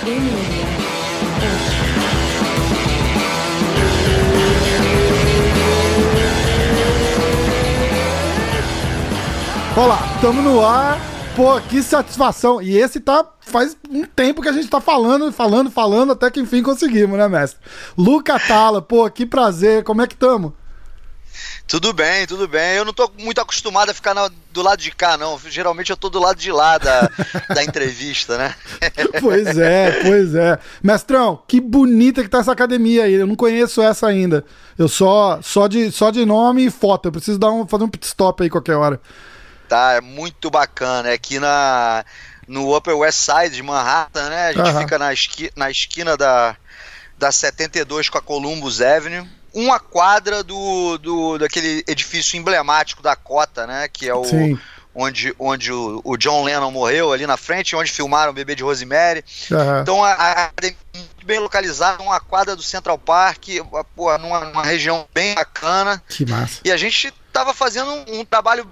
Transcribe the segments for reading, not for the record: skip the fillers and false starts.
Olá, estamos no ar. Pô, que satisfação. E esse faz um tempo que a gente tá falando, até que enfim conseguimos, né, mestre? Luca Talla, pô, que prazer. Como é que estamos? Tudo bem, tudo bem. Eu não tô muito acostumado a ficar do lado de cá, não. Geralmente eu tô do lado de lá da entrevista, né? Pois é. Mestrão, que bonita que tá essa academia aí. Eu não conheço essa ainda. Eu só de nome e foto. Eu preciso fazer um pit stop aí qualquer hora. Tá, é muito bacana. É aqui no Upper West Side de Manhattan, né? A gente fica na esquina da 72 com a Columbus Avenue. Uma quadra daquele edifício emblemático da Cota, né? Que é onde o John Lennon morreu, ali na frente, onde filmaram o Bebê de Rosemary. Então a academia é muito bem localizada, uma quadra do Central Park, numa região bem bacana. Que massa. E a gente tava fazendo um trabalho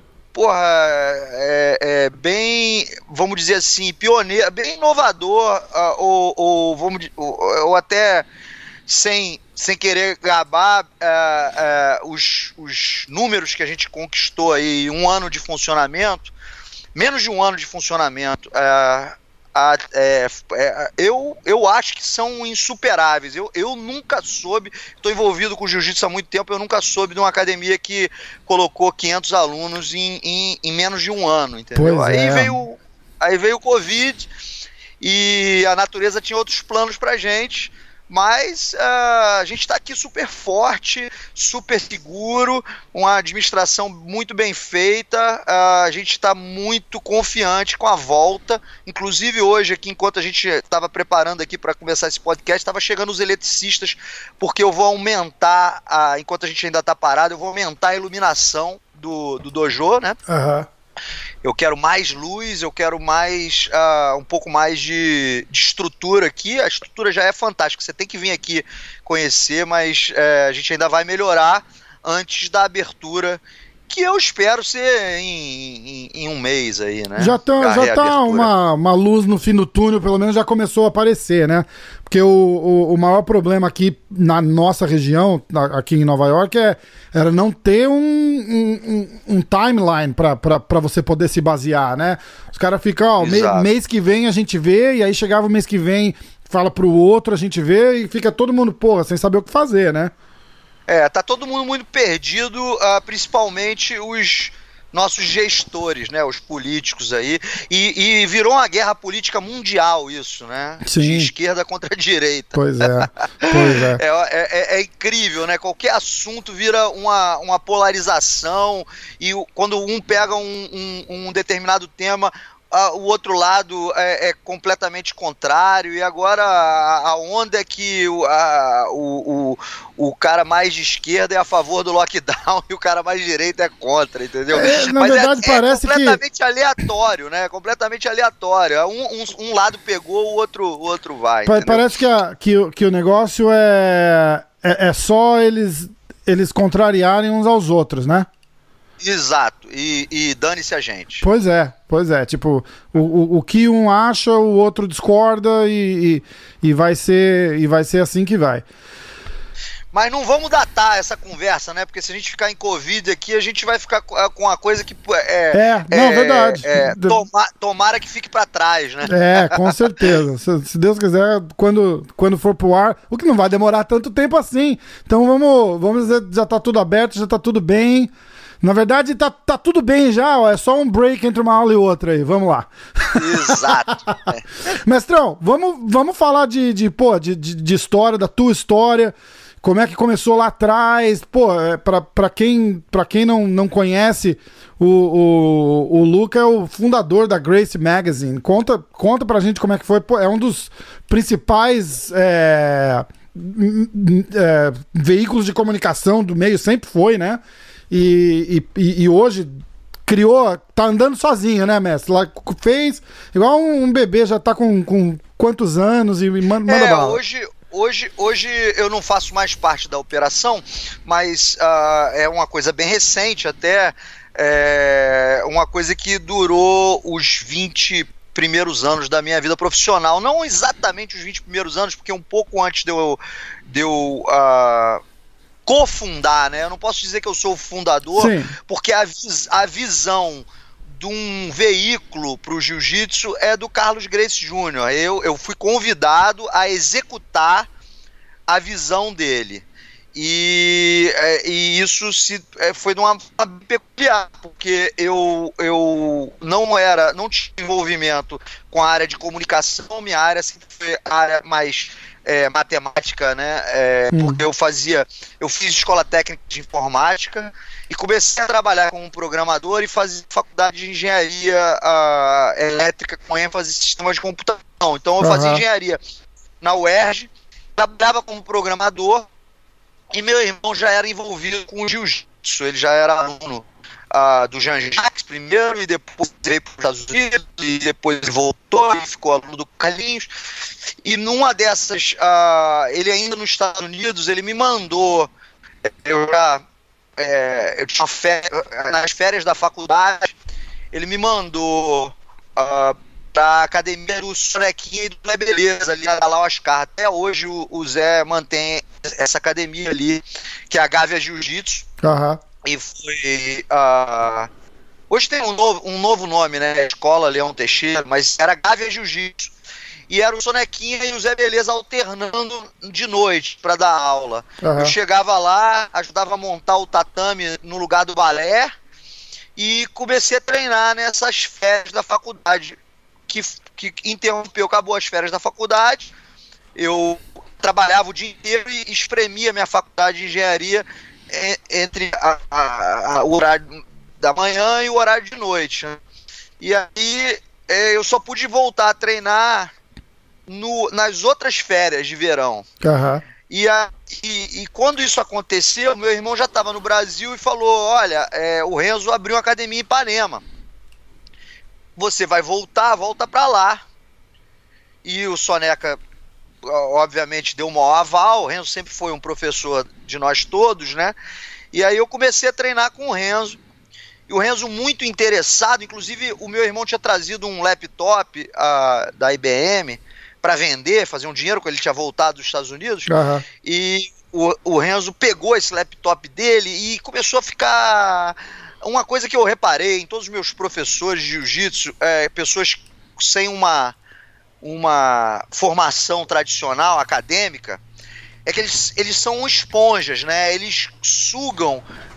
bem, vamos dizer assim, pioneiro, bem inovador, ou até sem querer gabar os números que a gente conquistou aí em um ano de funcionamento, menos de um ano de funcionamento, eu acho que são insuperáveis. Eu nunca soube, estou envolvido com jiu-jitsu há muito tempo, eu nunca soube de uma academia que colocou 500 alunos em menos de um ano, entendeu? Aí veio o Covid e a natureza tinha outros planos pra gente. Mas a gente está aqui super forte, super seguro, uma administração muito bem feita, a gente está muito confiante com a volta. Inclusive hoje aqui, enquanto a gente estava preparando aqui para começar esse podcast, estava chegando os eletricistas, porque eu vou aumentar, enquanto a gente ainda está parado, eu vou aumentar a iluminação do dojo, né? Eu quero mais luz, eu quero mais um pouco mais de estrutura aqui. A estrutura já é fantástica, você tem que vir aqui conhecer, mas a gente ainda vai melhorar antes da abertura, que eu espero ser em um mês aí, né? Já tá uma luz no fim do túnel, pelo menos já começou a aparecer, né? Porque o maior problema aqui na nossa região, aqui em Nova York, era não ter um timeline pra você poder se basear, né? Os caras ficam, mês que vem a gente vê, e aí chegava o mês que vem, fala pro outro, a gente vê, e fica todo mundo, sem saber o que fazer, né? Tá todo mundo muito perdido, principalmente os nossos gestores, né, os políticos aí, e virou uma guerra política mundial isso, né? Sim. De esquerda contra a direita. Pois é. É incrível, né? Qualquer assunto vira uma polarização, e quando um pega um determinado tema, o outro lado é completamente contrário, e agora a onda é que o cara mais de esquerda é a favor do lockdown e o cara mais de direita é contra, entendeu? Na verdade, parece completamente aleatório, né? Completamente aleatório. Um lado pegou, o outro vai. Parece que o negócio é só eles contrariarem uns aos outros, né? Exato, e dane-se a gente. Pois é, tipo, o que um acha, o outro discorda, e vai ser assim que vai. Mas não vamos datar essa conversa, né? Porque se a gente ficar em Covid aqui, a gente vai ficar com uma coisa que verdade. Tomara que fique pra trás, né? Com certeza. Se Deus quiser, quando for pro ar, o que não vai demorar tanto tempo assim. Então vamos dizer, já tá tudo aberto, já tá tudo bem. Na verdade, tá tudo bem já, ó, é só um break entre uma aula e outra aí, vamos lá. Exato. Mestrão, vamos falar de história, da tua história, como é que começou lá atrás, pra quem não conhece, o Luca é o fundador da Gracie Magazine, conta pra gente como é que foi, é um dos principais veículos de comunicação do meio, sempre foi, né? E hoje criou, tá andando sozinho, né, mestre? Lá fez, igual um bebê, já tá com quantos anos e manda bala. Hoje eu não faço mais parte da operação, mas é uma coisa bem recente até, uma coisa que durou os 20 primeiros anos da minha vida profissional. Não exatamente os 20 primeiros anos, porque um pouco antes de eu cofundar, né? Eu não posso dizer que eu sou o fundador, sim, porque a visão de um veículo para o jiu-jitsu é do Carlos Gracie Jr. Eu fui convidado a executar a visão dele. E isso foi de uma peculiar, porque eu não tinha envolvimento com a área de comunicação, minha área sempre foi a área mais matemática, né? Porque eu fiz escola técnica de informática e comecei a trabalhar como programador e fazer faculdade de engenharia elétrica com ênfase em sistemas de computação. Então eu fazia engenharia na UERJ, trabalhava como programador. E meu irmão já era envolvido com o jiu-jitsu, ele já era aluno do Jean-Jacques primeiro, e depois veio para os Estados Unidos, e depois ele voltou e ficou aluno do Carlinhos. E numa dessas, ele ainda nos Estados Unidos, ele me mandou, eu tinha nas férias da faculdade, ele me mandou pra academia do Sonequinha e do Zé Beleza, ali na Lau Oscar. Até hoje o Zé mantém essa academia ali, que é a Gávea Jiu-Jitsu. E foi... hoje tem um novo nome, né? Escola Leão Teixeira, mas era Gávea Jiu-Jitsu. E era o Sonequinha e o Zé Beleza alternando de noite para dar aula. Eu chegava lá, ajudava a montar o tatame no lugar do balé e comecei a treinar nessas férias da faculdade. Que interrompeu, acabou as férias da faculdade, eu trabalhava o dia inteiro e espremia minha faculdade de engenharia entre o horário da manhã e o horário de noite, né? E aí eu só pude voltar a treinar nas outras férias de verão. E quando isso aconteceu, meu irmão já estava no Brasil e falou: olha, o Renzo abriu uma academia em Ipanema, você vai volta para lá. E o Soneca, obviamente, deu o maior aval. O Renzo sempre foi um professor de nós todos, né? E aí eu comecei a treinar com o Renzo. E o Renzo muito interessado, inclusive o meu irmão tinha trazido um laptop da IBM para vender, fazer um dinheiro, quando ele tinha voltado dos Estados Unidos. E o Renzo pegou esse laptop dele e começou a ficar... Uma coisa que eu reparei em todos os meus professores de jiu-jitsu, pessoas sem uma formação tradicional, acadêmica, é que eles são esponjas, né? Eles sugam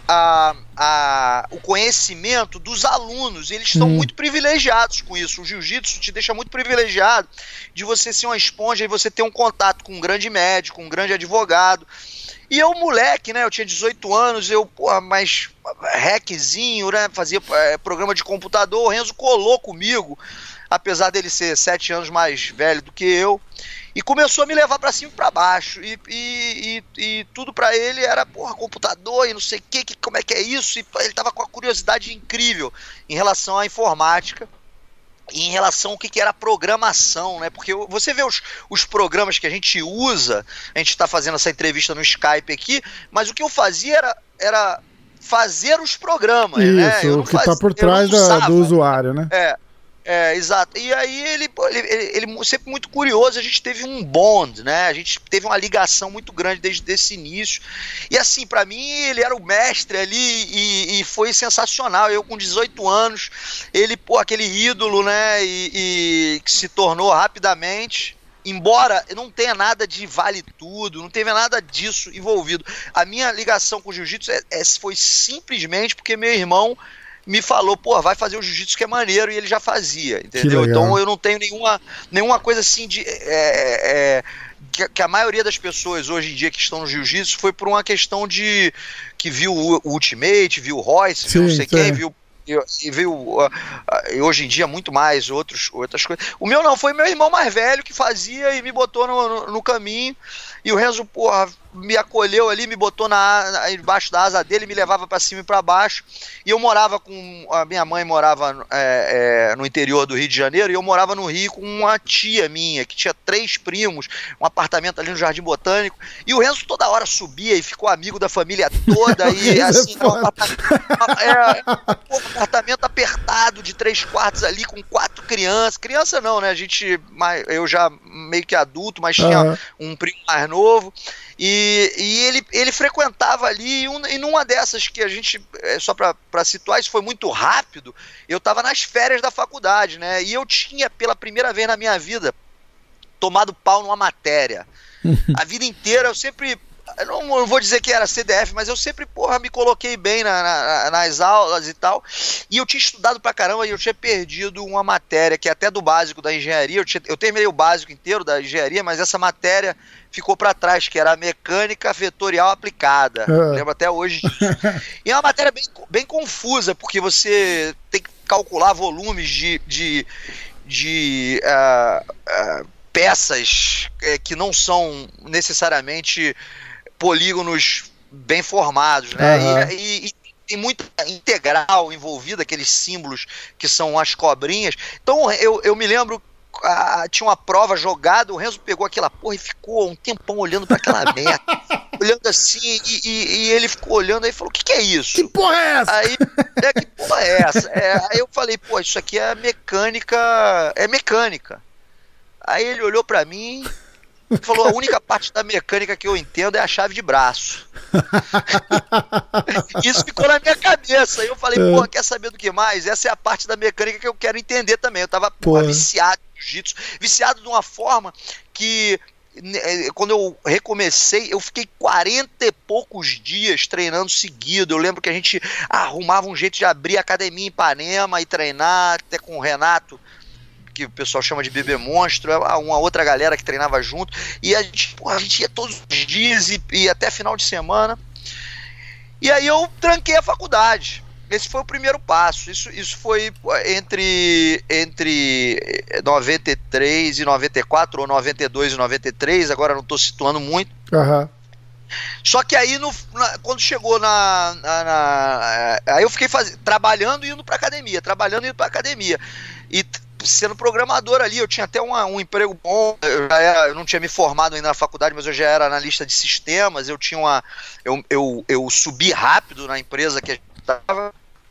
o conhecimento dos alunos, eles estão muito privilegiados com isso. O jiu-jitsu te deixa muito privilegiado de você ser uma esponja e você ter um contato com um grande médico, um grande advogado. E eu, moleque, né, eu tinha 18 anos, mais hackzinho, né, fazia programa de computador. O Renzo colou comigo, apesar dele ser 7 anos mais velho do que eu, e começou a me levar pra cima e pra baixo, e tudo pra ele era, computador e não sei o que, como é que é isso, e ele tava com uma curiosidade incrível em relação à informática, e em relação ao que era programação, né? Porque você vê os programas que a gente usa, a gente está fazendo essa entrevista no Skype aqui, mas o que eu fazia era fazer os programas, isso, né? O que está por trás do usuário, né? Exato. E aí ele sempre muito curioso, a gente teve um bond, né? A gente teve uma ligação muito grande desde esse início. E assim, pra mim, ele era o mestre ali e foi sensacional. Eu com 18 anos, ele, aquele ídolo, né? E que se tornou rapidamente, embora não tenha nada de vale tudo, não teve nada disso envolvido. A minha ligação com o jiu-jitsu foi simplesmente porque meu irmão me falou, vai fazer o jiu-jitsu que é maneiro, e ele já fazia, entendeu? Então eu não tenho nenhuma coisa assim de... que a maioria das pessoas hoje em dia que estão no jiu-jitsu foi por uma questão de... que viu o Ultimate, viu o Royce, viu não sei quem, viu... E viu hoje em dia muito mais outras coisas. O meu não, foi meu irmão mais velho que fazia e me botou no caminho. E o Renzo, me acolheu ali, me botou embaixo da asa dele, me levava para cima e para baixo. E eu morava com... A minha mãe morava no interior do Rio de Janeiro, e eu morava no Rio com uma tia minha, que tinha 3 primos, um apartamento ali no Jardim Botânico. E o Renzo toda hora subia e ficou amigo da família toda. E assim, um apartamento apertado de 3 quartos ali, com 4 crianças. Criança não, né? Eu já meio que adulto, mas tinha um primo mais novo. E ele frequentava ali, e numa dessas que a gente, só para situar, isso foi muito rápido, eu estava nas férias da faculdade, né? E eu tinha, pela primeira vez na minha vida, tomado pau numa matéria. A vida inteira eu sempre... Eu não vou dizer que era CDF, mas eu sempre, me coloquei bem nas aulas e tal. E eu tinha estudado pra caramba e eu tinha perdido uma matéria, que é até do básico da engenharia. Eu terminei o básico inteiro da engenharia, mas essa matéria ficou pra trás, que era a mecânica vetorial aplicada. Lembro até hoje disso. E é uma matéria bem confusa, porque você tem que calcular volumes de peças que não são necessariamente polígonos bem formados, né? E tem muita integral envolvida, aqueles símbolos que são as cobrinhas. Então eu me lembro, tinha uma prova jogada, o Renzo pegou aquela porra e ficou um tempão olhando para aquela merda, olhando assim, e ele ficou olhando, aí falou: o que é isso? Que porra é essa? Aí, que porra é essa? Aí eu falei: pô, isso aqui é mecânica, Aí ele olhou para mim e falou: a única parte da mecânica que eu entendo é a chave de braço. Isso ficou na minha cabeça. Aí eu falei: pô, quer saber do que mais? Essa é a parte da mecânica que eu quero entender também. Eu tava viciado em jiu-jitsu, viciado de uma forma que, quando eu recomecei, eu fiquei 40 e poucos dias treinando seguido. Eu lembro que a gente arrumava um jeito de abrir a academia em Ipanema e treinar, até com o Renato, que o pessoal chama de bebê monstro, uma outra galera que treinava junto, e a gente ia todos os dias e até final de semana. E aí eu tranquei a faculdade. Esse foi o primeiro passo. Isso foi entre 93 e 94, ou 92 e 93, agora não estou situando muito. Só que aí, quando chegou aí eu fiquei trabalhando e indo para academia, e sendo programador ali. Eu tinha até um emprego bom. Eu não tinha me formado ainda na faculdade, mas eu já era analista de sistemas. Eu tinha eu subi rápido na empresa que a gente estava,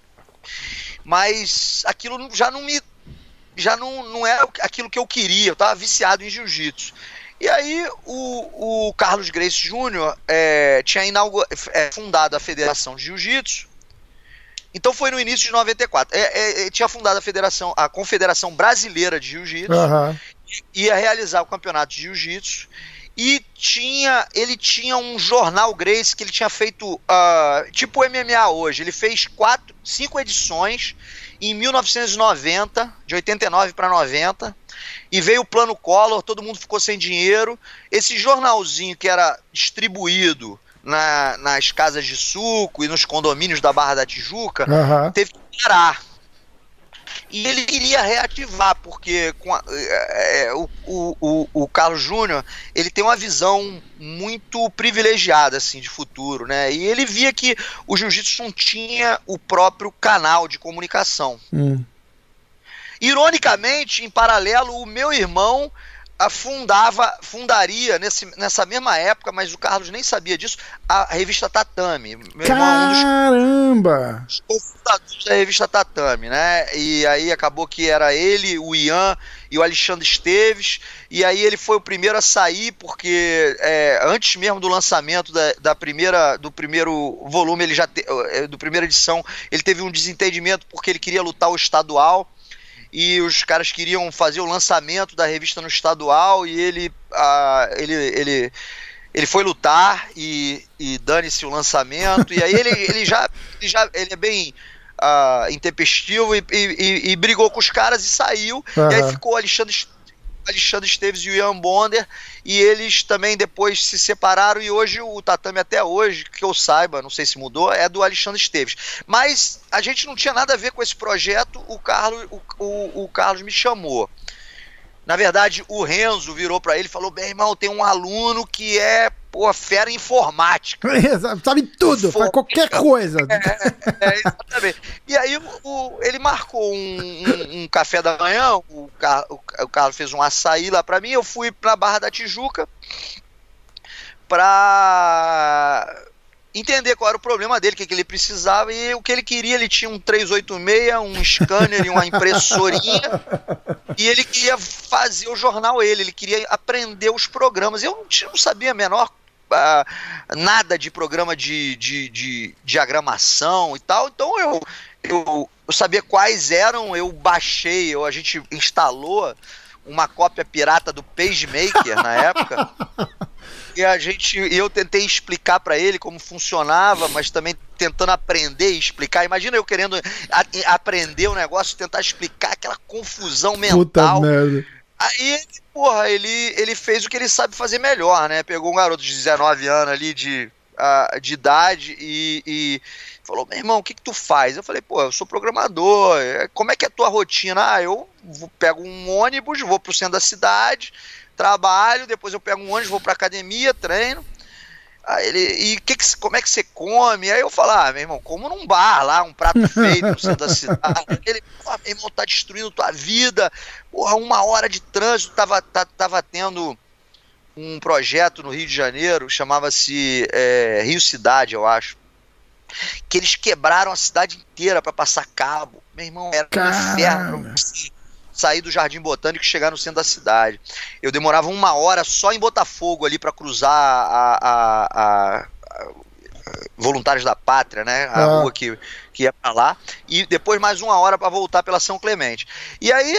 mas aquilo já não era aquilo que eu queria. Eu estava viciado em jiu-jitsu. E aí o Carlos Gracie Júnior tinha fundado a Federação de Jiu-Jitsu. Então foi no início de 94. Tinha fundado a Confederação Brasileira de Jiu-Jitsu, ia realizar o campeonato de Jiu-Jitsu, e ele tinha um jornal Gracie que ele tinha feito, tipo o MMA hoje. Ele fez 5 edições em 1990, de 89 para 90, e veio o Plano Collor, todo mundo ficou sem dinheiro. Esse jornalzinho que era distribuído nas casas de suco e nos condomínios da Barra da Tijuca, teve que parar. E ele queria reativar, porque o Carlos Júnior, ele tem uma visão muito privilegiada assim, de futuro, né? E ele via que o jiu-jitsu não tinha o próprio canal de comunicação. Ironicamente, em paralelo, o meu irmão fundaria nessa mesma época, mas o Carlos nem sabia disso, a revista Tatame. Meu irmão é um dos cofundadores da revista Tatame, né? E aí acabou que era ele, o Ian e o Alexandre Esteves, e aí ele foi o primeiro a sair, porque antes mesmo do lançamento do primeiro volume, do primeira edição, ele teve um desentendimento porque ele queria lutar o estadual, e os caras queriam fazer o lançamento da revista no estadual, e ele foi lutar e dane-se o lançamento. E aí ele é bem intempestivo e brigou com os caras e saiu. E aí ficou Alexandre Esteves e o Ian Bonder, e eles também depois se separaram, e hoje o tatame, até hoje, que eu saiba, não sei se mudou, é do Alexandre Esteves. Mas a gente não tinha nada a ver com esse projeto. O Carlos me chamou. Na verdade, o Renzo virou para ele e falou: bem, irmão, tem um aluno que é pô, fera em informática. Sabe tudo, faz qualquer coisa. Exatamente. E aí ele marcou um café da manhã, o Carlos fez um açaí lá pra mim, eu fui pra Barra da Tijuca pra entender qual era o problema dele, o que ele precisava, e o que ele queria. Ele tinha um 386, um scanner e uma impressorinha, e ele queria fazer o jornal ele queria aprender os programas. Eu não sabia nada de programa de diagramação e tal, então eu sabia quais eram, eu baixei, a gente instalou uma cópia pirata do PageMaker na época, e eu tentei explicar para ele como funcionava, mas também tentando aprender e explicar. Imagina eu querendo aprender o negócio, tentar explicar aquela confusão mental. Puta merda. Aí, porra, ele fez o que ele sabe fazer melhor, né? Pegou um garoto de 19 anos ali de idade e falou: meu irmão, o que tu faz? Eu falei: pô, eu sou programador, como é que é a tua rotina? Eu pego um ônibus, vou pro centro da cidade, trabalho, depois eu pego um ônibus, vou pra academia, treino. Aí ele: como é que você come? Aí eu falo: meu irmão, como num bar lá, um prato feito no centro da cidade. Ele: meu irmão, tá destruindo tua vida, porra, 1 hora de trânsito. Tava tendo um projeto no Rio de Janeiro, chamava-se Rio Cidade, eu acho, que eles quebraram a cidade inteira pra passar cabo. Meu irmão, era um inferno sair do Jardim Botânico e chegar no centro da cidade. Eu demorava 1 hora só em Botafogo ali para cruzar a Voluntários da Pátria, né? A rua que ia para lá, e depois mais 1 hora para voltar pela São Clemente. E aí,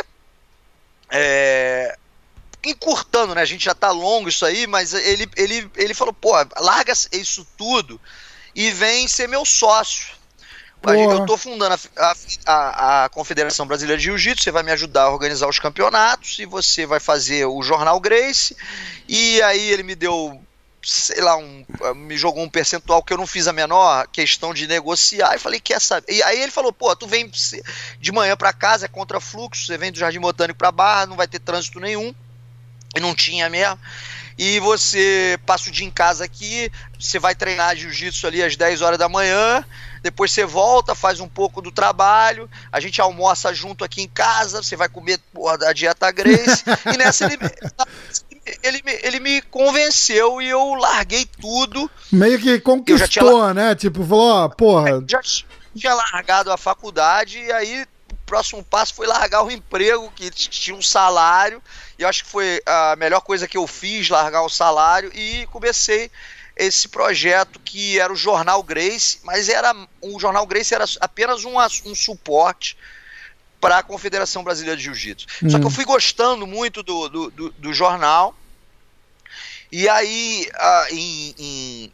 encurtando, né? A gente já tá longo isso aí, mas ele falou: pô, larga isso tudo e vem ser meu sócio. Eu estou fundando a Confederação Brasileira de Jiu-Jitsu, você vai me ajudar a organizar os campeonatos e você vai fazer o Jornal Gracie. E aí ele me deu, sei lá, me jogou um percentual que eu não fiz a menor questão de negociar. E falei: quer saber? E aí ele falou: pô, tu vem de manhã para casa, é contra fluxo, você vem do Jardim Botânico para Barra, não vai ter trânsito nenhum. E não tinha mesmo. E você passa o dia em casa aqui, você vai treinar jiu-jitsu ali às 10 horas da manhã, depois você volta, faz um pouco do trabalho, a gente almoça junto aqui em casa, você vai comer, porra, da dieta Gracie. E nessa ele me convenceu e eu larguei tudo. Meio que conquistou, né? Tipo, falou: ó, porra. Já tinha largado a faculdade, e aí o próximo passo foi largar o emprego, que tinha um salário. E eu acho que foi a melhor coisa que eu fiz, largar o salário, e comecei esse projeto que era o Jornal Gracie, mas o Jornal Gracie era apenas um suporte para a Confederação Brasileira de Jiu-Jitsu. Só que eu fui gostando muito do jornal, e aí em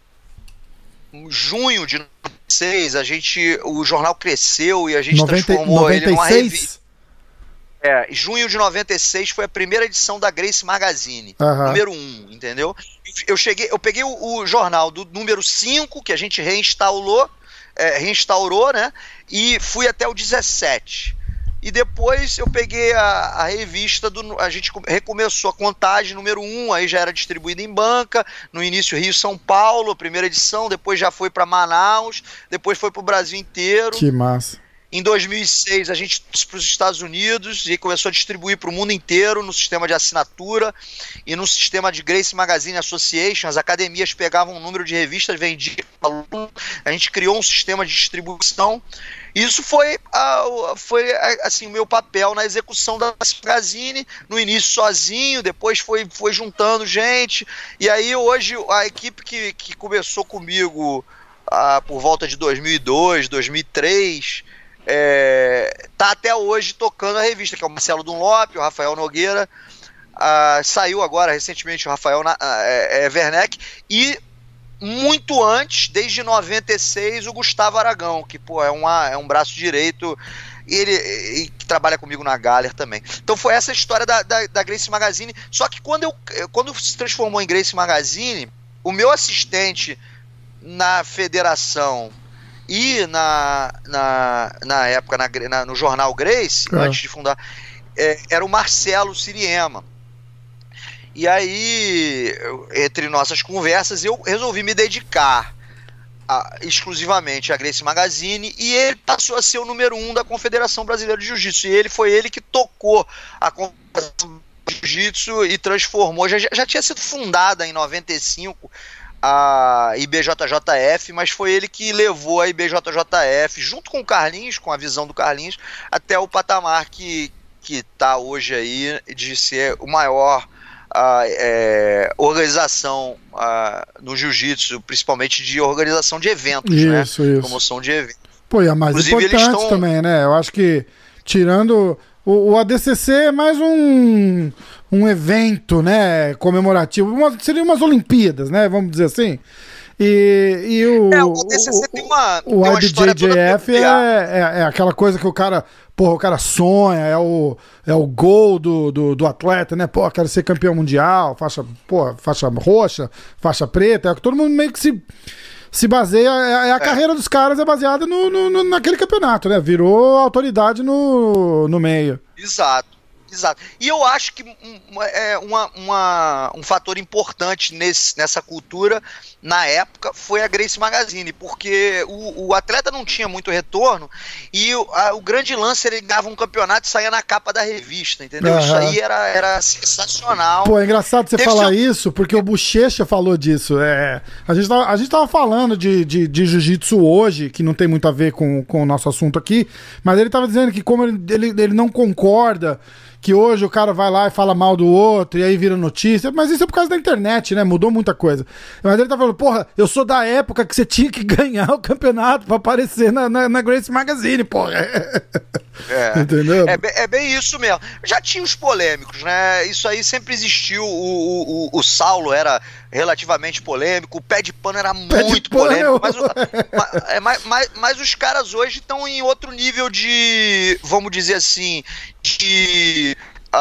junho de 96 o jornal cresceu e a gente transformou 96? Ele numa revista. Junho de 96 foi a primeira edição da Gracie Magazine, número 1, entendeu? Eu peguei o jornal do número 5, que a gente reinstaurou, né? E fui até o 17. E depois eu peguei a revista, a gente recomeçou a contagem, número 1, aí já era distribuída em banca, no início Rio-São Paulo, a primeira edição, depois já foi para Manaus, depois foi para o Brasil inteiro. Que massa. Em 2006 a gente trouxe para os Estados Unidos e começou a distribuir para o mundo inteiro no sistema de assinatura e no sistema de Gracie Magazine Association. As academias pegavam um número de revistas, vendiam, a gente criou um sistema de distribuição. Isso foi assim, o meu papel na execução da Magazine, no início sozinho, depois foi juntando gente, e aí hoje a equipe que começou comigo por volta de 2002, 2003... tá até hoje tocando a revista, que é o Marcelo Dunlop, o Rafael Nogueira, saiu agora recentemente o Rafael Werneck, e muito antes, desde 96, o Gustavo Aragão, que é um braço direito, e que trabalha comigo na Galler também. Então foi essa a história da Gracie Magazine. Só que quando se transformou em Gracie Magazine, o meu assistente na federação e na época no jornal Gracie, antes de fundar, era o Marcelo Siriema. E aí, entre nossas conversas, eu resolvi me dedicar exclusivamente a Gracie Magazine, e ele passou a ser o número 1 da Confederação Brasileira de Jiu-Jitsu. E ele foi ele que tocou a Confederação de Jiu-Jitsu e transformou. Já tinha sido fundada em 95 a IBJJF, mas foi ele que levou a IBJJF, junto com o Carlinhos, com a visão do Carlinhos, até o patamar que está hoje aí, de ser o maior organização no jiu-jitsu, principalmente de organização de eventos, isso. Promoção de eventos. Pô, e a mais Inclusive, importante também, né? Eu acho que, tirando o ADCC, é mais um evento, né, comemorativo, seria umas Olimpíadas, né, vamos dizer assim. E o ADCC tem uma história toda IBJJF é aquela coisa que o cara sonha, é o gol do atleta, né? Pô, quero ser campeão mundial, faixa roxa, faixa preta, é que todo mundo meio que se baseia, a carreira dos caras é baseada naquele campeonato, né? Virou autoridade no meio. Exato. E eu acho que um fator importante nessa cultura, na época, foi a Gracie Magazine, porque o atleta não tinha muito retorno, e o grande lance, ele ganhava um campeonato e saía na capa da revista, entendeu? Isso aí era sensacional. Pô, é engraçado você falar isso, porque o Bochecha falou disso. A gente tava falando de jiu-jitsu hoje, que não tem muito a ver com o nosso assunto aqui, mas ele tava dizendo que como ele não concorda que hoje o cara vai lá e fala mal do outro e aí vira notícia, mas isso é por causa da internet, né? Mudou muita coisa. Mas ele tá falando, porra, eu sou da época que você tinha que ganhar o campeonato pra aparecer na Gracie Magazine, porra. Entendeu? É bem isso mesmo. Já tinha os polêmicos, né? Isso aí sempre existiu. O Saulo era relativamente polêmico, o Pé de Pano era muito polêmico, mas os caras hoje estão em outro nível de, vamos dizer assim, de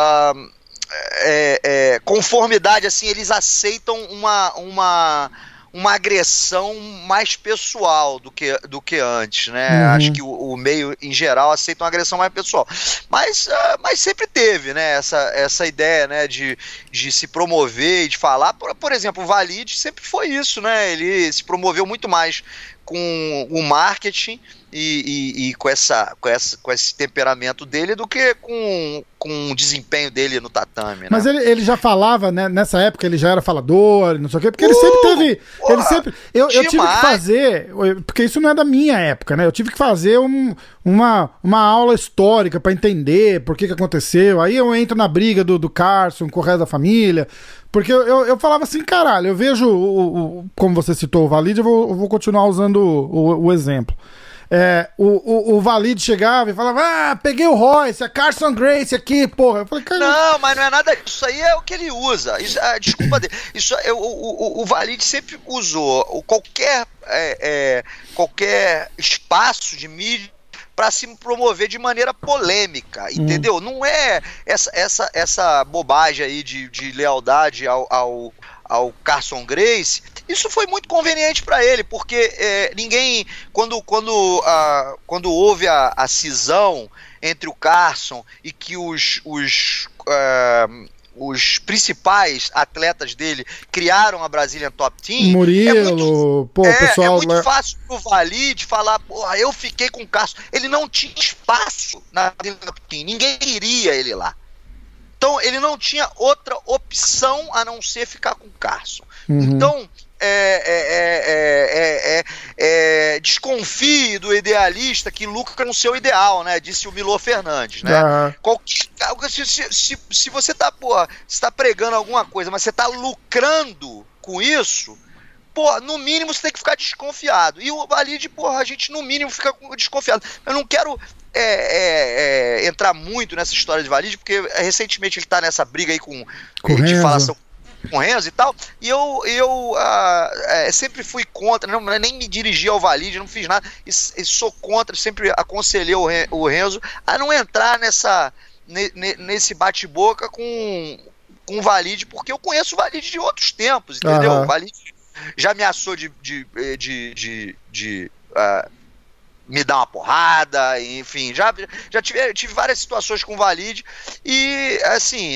conformidade, assim, eles aceitam uma agressão mais pessoal do que antes, né? Acho que o meio, em geral, aceita uma agressão mais pessoal. Mas sempre teve, né, essa ideia, né, de se promover e de falar. Por exemplo, o Valide sempre foi isso, né? Ele se promoveu muito mais com o marketing e com esse temperamento dele do que com o desempenho dele no tatame, né? Mas ele já falava, né? Nessa época ele já era falador, não sei o quê, porque ele sempre teve. Eu tive que fazer, porque isso não é da minha época, né? Eu tive que fazer uma aula histórica pra entender por que aconteceu. Aí eu entro na briga do Carson com o resto da família. Porque eu falava assim, caralho, eu vejo, como você citou o Valide, eu vou continuar usando o exemplo. O Valide chegava e falava, peguei o Royce, a Carson Gracie aqui, porra. Eu falei, cara... Não, mas não é nada disso. Isso aí é o que ele usa. Isso, desculpa dele. O Valide sempre usou qualquer espaço de mídia para se promover de maneira polêmica, entendeu? Não é essa bobagem aí de lealdade ao Carson Gracie. Isso foi muito conveniente para ele, porque ninguém, quando houve a cisão entre o Carson e que os principais atletas dele criaram a Brazilian Top Team. Murilo, pessoal. É muito fácil pro Valide falar, porra, eu fiquei com o Carson. Ele não tinha espaço na Brazilian Top Team, ninguém iria ele lá. Então ele não tinha outra opção a não ser ficar com o Carson. Então desconfie do idealista que lucra com o seu ideal, né? Disse o Milor Fernandes, né? Se você tá, pregando alguma coisa, mas você tá lucrando com isso, no mínimo você tem que ficar desconfiado. E o Valide, a gente no mínimo fica desconfiado. Eu não quero entrar muito nessa história de Valide, porque recentemente ele tá nessa briga aí de falação com o Renzo e tal, e eu sempre fui contra, nem me dirigi ao Valide, não fiz nada, e sou contra, sempre aconselhei o Renzo a não entrar nesse bate-boca com o Valide, porque eu conheço o Valide de outros tempos, entendeu? O Valide já ameaçou de me dar uma porrada, enfim, já tive várias situações com o Walid e, assim,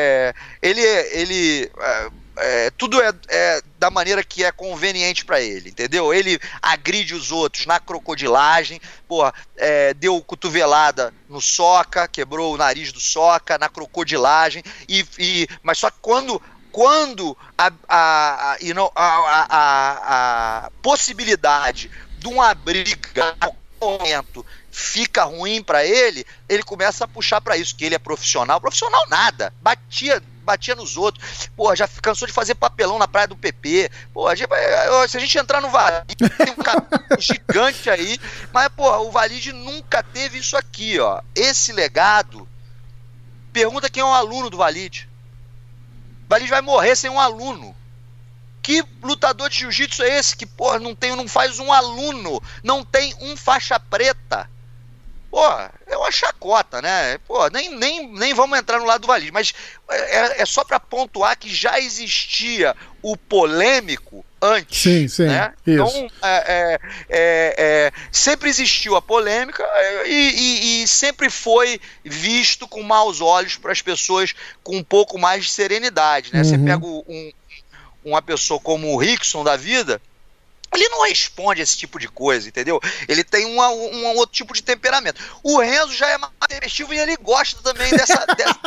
tudo é da maneira que é conveniente pra ele, entendeu? Ele agride os outros na crocodilagem, porra, deu cotovelada no Soca, quebrou o nariz do Soca, na crocodilagem, mas só que quando a possibilidade de uma briga momento fica ruim pra ele, ele começa a puxar pra isso, que ele é profissional nada, batia nos outros, porra, já cansou de fazer papelão na praia do PP, porra, se a gente entrar no Walid, tem um cabelo gigante aí, mas, porra, o Walid nunca teve isso aqui, ó, esse legado, pergunta quem é um aluno do Walid. O Walid vai morrer sem um aluno. Que lutador de jiu-jitsu é esse que, porra, não faz um aluno, não tem um faixa preta? Porra, é uma chacota, né? Porra, nem vamos entrar no lado do Walid, mas é só para pontuar que já existia o polêmico antes. Sim, né? Isso. Então, sempre existiu a polêmica e sempre foi visto com maus olhos para as pessoas com um pouco mais de serenidade, né? Você pega uma pessoa como o Rickson da vida, ele não responde esse tipo de coisa, entendeu? Ele tem um outro tipo de temperamento. O Renzo já é mais agressivo e ele gosta também dessa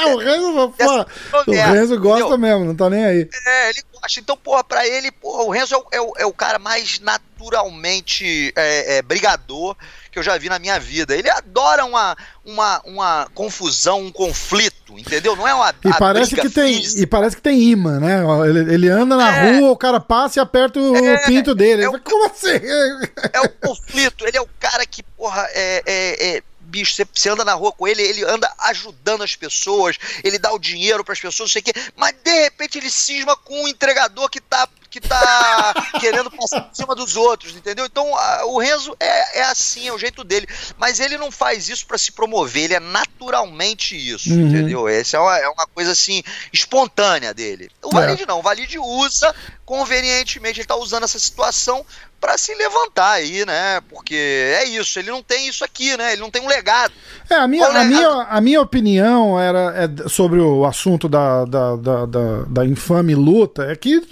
o Renzo gosta, entendeu? Mesmo, não tá nem aí. Ele gosta. Então, porra, pra ele, porra, o Renzo é o cara mais naturalmente brigador que eu já vi na minha vida. Ele adora uma confusão, um conflito, entendeu? Não é uma parece que tem imã, né? Ele anda na rua, o cara passa e aperta o pinto dele. Como assim? É o conflito. Ele é o cara que, porra, bicho, você anda na rua com ele anda ajudando as pessoas, ele dá o dinheiro pras pessoas, não sei o quê, mas de repente ele cisma com um entregador que tá querendo passar por cima dos outros, entendeu? Então o Renzo é assim, é o jeito dele, mas ele não faz isso pra se promover, ele é naturalmente isso, entendeu? Essa é uma coisa assim, espontânea dele. O Walid não, o Walid usa convenientemente, ele tá usando essa situação pra se levantar aí, né? Porque é isso, ele não tem isso aqui, né? Ele não tem um legado. A minha opinião sobre o assunto da infame luta é que,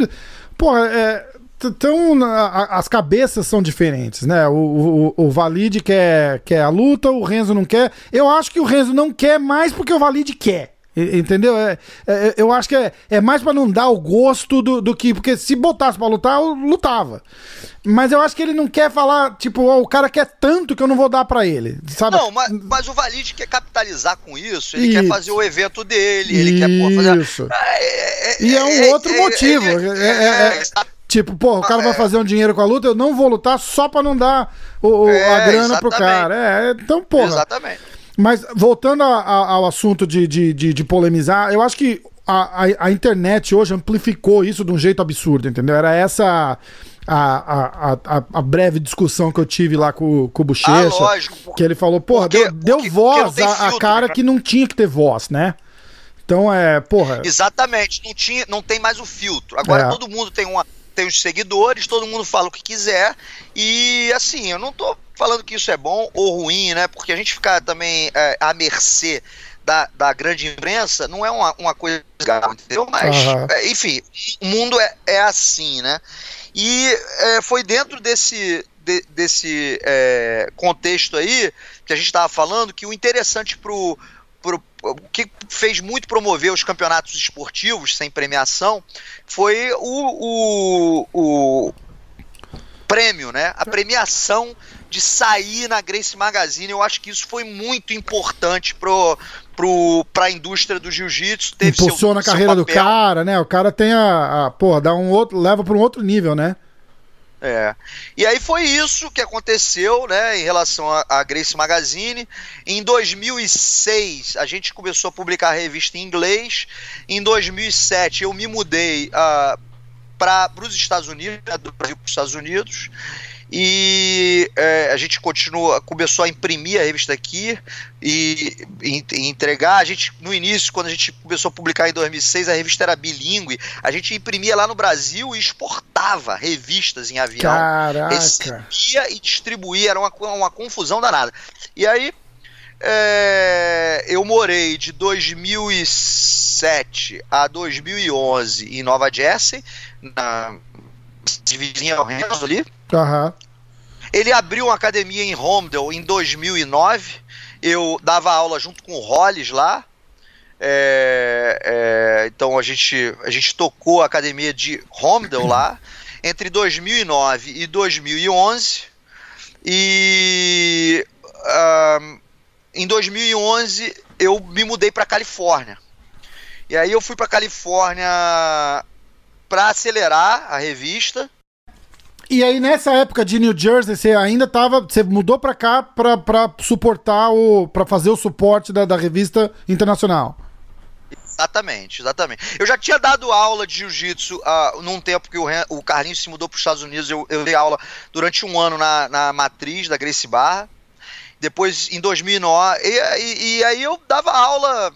as cabeças são diferentes, né? O Walid quer a luta, o Renzo não quer. Eu acho que o Renzo não quer mais porque o Walid quer. Entendeu? Eu acho que é mais pra não dar o gosto do que... Porque se botasse pra lutar, eu lutava. Mas eu acho que ele não quer falar, tipo, o cara quer tanto que eu não vou dar pra ele, sabe? Não, mas o Walid quer capitalizar com isso, ele quer fazer o evento dele, ele quer fazer... Isso. E é um outro motivo. Tipo, o cara vai fazer um dinheiro com a luta, eu não vou lutar só pra não dar a grana pro cara. Então, porra. Exatamente. Mas voltando ao assunto de polemizar, eu acho que a internet hoje amplificou isso de um jeito absurdo, entendeu? Era essa a breve discussão que eu tive lá com o Bochecha, lógico, que ele falou, deu voz a cara que não tinha que ter voz, né? Então Exatamente, não tem mais o filtro. Agora todo mundo tem os seguidores, todo mundo fala o que quiser, e assim, eu não tô falando que isso é bom ou ruim, né? Porque a gente ficar também à mercê da grande imprensa não é uma coisa legal, entendeu? Mas, enfim, o mundo é assim, né? E foi dentro desse contexto aí que a gente estava falando que o interessante o que fez muito promover os campeonatos esportivos sem premiação foi o prêmio, né? A premiação de sair na Gracie Magazine. Eu acho que isso foi muito importante pra indústria do jiu-jitsu. Impulsiona a carreira do cara, né? O cara tem leva para um outro nível, né? E aí foi isso que aconteceu, né, em relação à Gracie Magazine. Em 2006 a gente começou a publicar a revista em inglês. Em 2007 eu me mudei para os Estados Unidos, do Brasil para os Estados Unidos, E a gente começou a imprimir a revista aqui e entregar. A gente, no início, quando a gente começou a publicar em 2006, a revista era bilíngue. A gente imprimia lá no Brasil e exportava revistas em avião. Caraca! Recebia e distribuía, era uma confusão danada. E aí, eu morei de 2007 a 2011 em Nova Jersey, na vizinha ao Renzo ali. Aham. Ele abriu uma academia em Holmdel em 2009. Eu dava aula junto com o Hollis lá. Então a gente tocou a academia de Holmdel lá entre 2009 e 2011. E em 2011 eu me mudei para Califórnia. E aí eu fui para Califórnia para acelerar a revista. E aí, nessa época de New Jersey, você mudou pra cá pra suportar pra fazer o suporte da revista internacional. Exatamente. Eu já tinha dado aula de jiu-jitsu num tempo que o Carlinhos se mudou para os Estados Unidos. Eu dei aula durante um ano na matriz da Gracie Barra. Depois, em 2009, e aí eu dava aula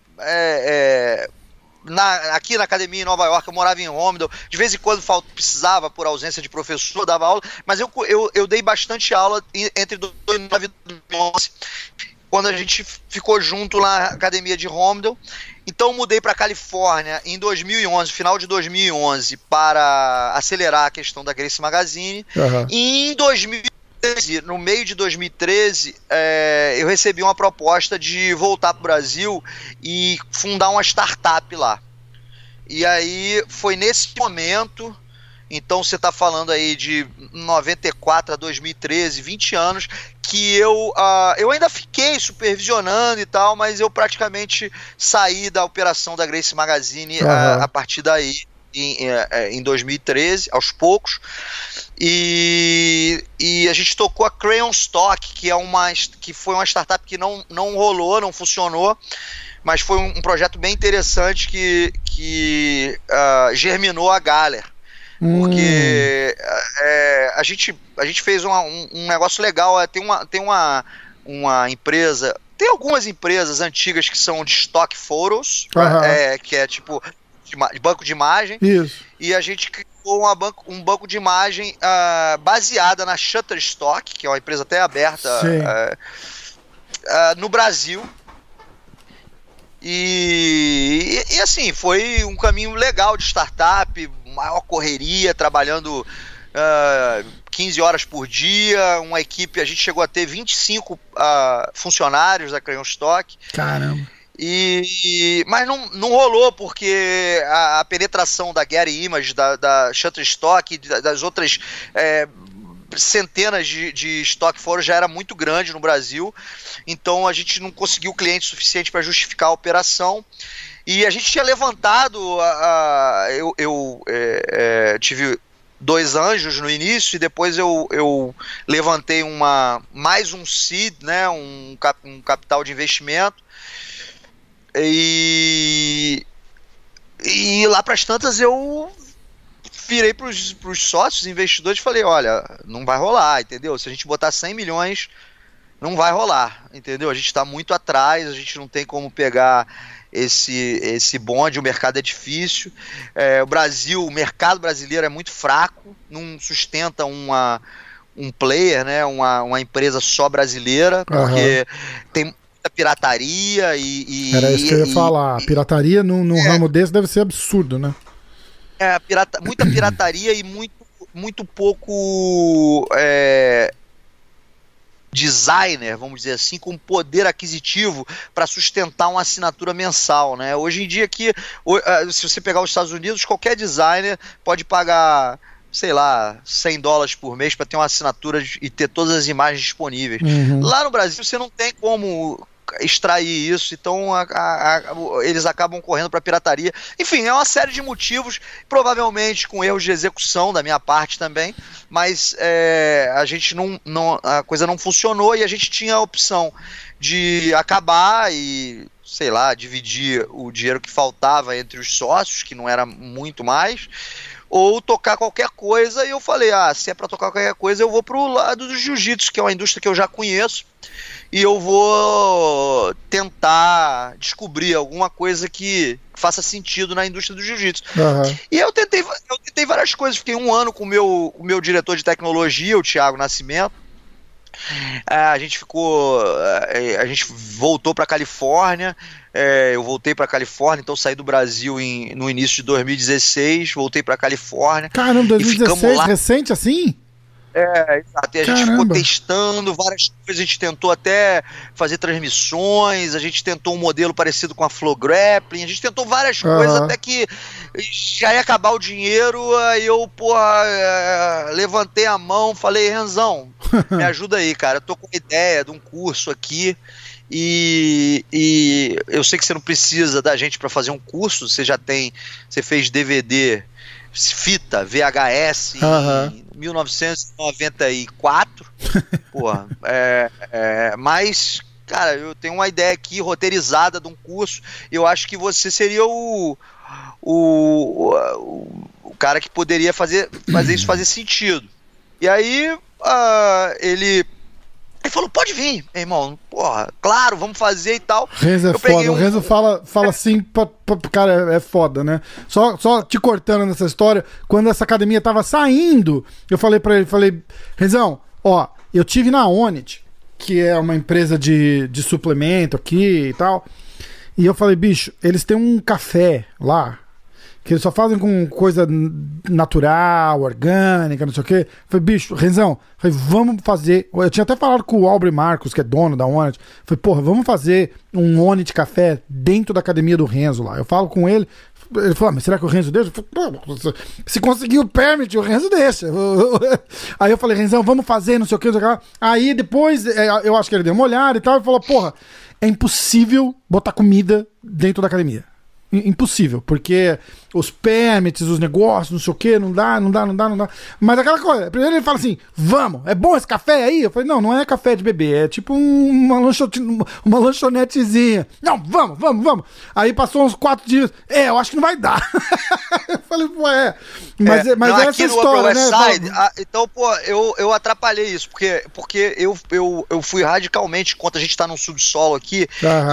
aqui na academia em Nova York. Eu morava em Holmdel, de vez em quando precisava, por ausência de professor, dava aula, mas eu dei bastante aula entre 2009 e 2011, quando a gente ficou junto na academia de Holmdel. Então mudei para Califórnia em 2011, final de 2011, para acelerar a questão da Gracie Magazine. Uhum. E em 2013, no meio de 2013, eu recebi uma proposta de voltar para o Brasil e fundar uma startup lá. E aí foi nesse momento, então você está falando aí de 94 a 2013, 20 anos, que eu ainda fiquei supervisionando e tal, mas eu praticamente saí da operação da Gracie Magazine a partir daí. Em 2013, aos poucos, e a gente tocou a Crayon Stock, que foi uma startup que não rolou, não funcionou, mas foi um projeto bem interessante que germinou a Galler, porque a gente fez um negócio legal. Tem uma empresa, tem algumas empresas antigas que são de stock photos, que é tipo de banco de imagem. Isso. E a gente criou um banco de imagem baseada na Shutterstock, que é uma empresa até aberta no Brasil. E assim, foi um caminho legal de startup, maior correria, trabalhando 15 horas por dia, uma equipe. A gente chegou a ter 25 funcionários da Crayon Stock. Caramba. Mas não rolou, porque a penetração da Getty Images, da Shutterstock, das outras centenas de stock photos já era muito grande no Brasil. Então a gente não conseguiu cliente suficiente para justificar a operação. E a gente tinha levantado, eu tive 2 anjos no início, e depois eu levantei mais um seed, né, um capital de investimento. E lá para as tantas eu virei para os sócios, investidores, e falei: olha, não vai rolar, entendeu? Se a gente botar 100 milhões, não vai rolar, entendeu? A gente está muito atrás, a gente não tem como pegar esse bonde, o mercado é difícil, o mercado brasileiro é muito fraco, não sustenta um player, né, uma empresa só brasileira, porque tem pirataria Era isso que eu ia falar. A pirataria num ramo desse deve ser absurdo, né? Muita pirataria e muito pouco designer, vamos dizer assim, com poder aquisitivo para sustentar uma assinatura mensal, né? Hoje em dia aqui, se você pegar os Estados Unidos, qualquer designer pode pagar, sei lá, $100 por mês para ter uma assinatura e ter todas as imagens disponíveis. Lá no Brasil você não tem como extrair isso, então eles acabam correndo para pirataria. Enfim, é uma série de motivos, provavelmente com erros de execução da minha parte também, mas a gente a coisa não funcionou, e a gente tinha a opção de acabar e sei lá, dividir o dinheiro que faltava entre os sócios, que não era muito mais, ou tocar qualquer coisa. E eu falei, se é para tocar qualquer coisa, eu vou pro lado do jiu-jitsu, que é uma indústria que eu já conheço, e eu vou tentar descobrir alguma coisa que faça sentido na indústria do jiu-jitsu. Aham. E eu tentei várias coisas. Fiquei 1 ano com o meu diretor de tecnologia, o Thiago Nascimento. A gente voltou para Califórnia. Eu voltei para Califórnia, então saí do Brasil no início de 2016, voltei para Califórnia. Caramba, e ficamos 2016, lá. recente assim? Exato. E a gente ficou Caramba. testando várias coisas, a gente tentou até fazer transmissões, a gente tentou um modelo parecido com a Flow Grappling, a gente tentou várias coisas até que já ia acabar o dinheiro. Aí eu, levantei a mão, falei, Renzão, me ajuda aí, cara, eu tô com uma ideia de um curso aqui. E eu sei que você não precisa da gente para fazer um curso, você fez DVD, fita, VHS em 1994, mas, cara, eu tenho uma ideia aqui roteirizada de um curso, eu acho que você seria o cara que poderia fazer isso fazer sentido. E aí ele falou, pode vir, meu irmão, claro, vamos fazer e tal. Renzo é foda, o Renzo fala assim, cara, é foda, né? Só te cortando nessa história, quando essa academia tava saindo, eu falei pra ele, Renzão, eu tive na Onnit, que é uma empresa de suplemento aqui e tal, e eu falei, bicho, eles têm um café lá, que eles só fazem com coisa natural, orgânica, não sei o quê. Falei, bicho, Renzão, vamos fazer. Eu tinha até falado com o Aubrey Marcos, que é dono da Onnit. Falei, vamos fazer um Onnit Café dentro da academia do Renzo lá. Eu falo com ele. Ele falou, mas será que o Renzo deixa? Eu falei, se conseguir o permit, o Renzo deixa. Aí eu falei, Renzão, vamos fazer, não sei o que, não sei o que. Aí depois, eu acho que ele deu uma olhada e tal, e falou, é impossível botar comida dentro da academia. Impossível, porque os permits, os negócios, não sei o que, não dá. Mas aquela coisa, primeiro ele fala assim, vamos, é bom esse café aí? Eu falei, não é café de bebê, é tipo uma lanchonetezinha. Não, vamos. Aí passou uns 4 dias, eu acho que não vai dar. Eu falei, mas é essa história, né? Então, eu atrapalhei isso, porque eu fui radicalmente contra. A gente tá num subsolo aqui,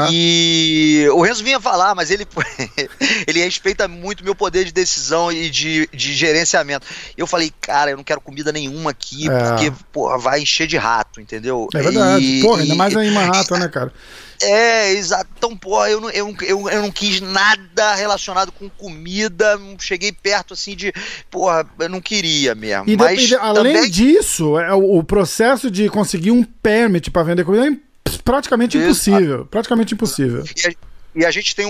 e o Renzo vinha falar, mas ele respeita muito meu poder de decisão e de gerenciamento. Eu falei, cara, eu não quero comida nenhuma aqui, porque, vai encher de rato, entendeu? É verdade, ainda mais aí uma rato, né, cara? Exato. Então, eu não quis nada relacionado com comida, não cheguei perto, assim, eu não queria mesmo. Mas além disso, o processo de conseguir um permit para vender comida é praticamente impossível. Praticamente impossível. E a gente tem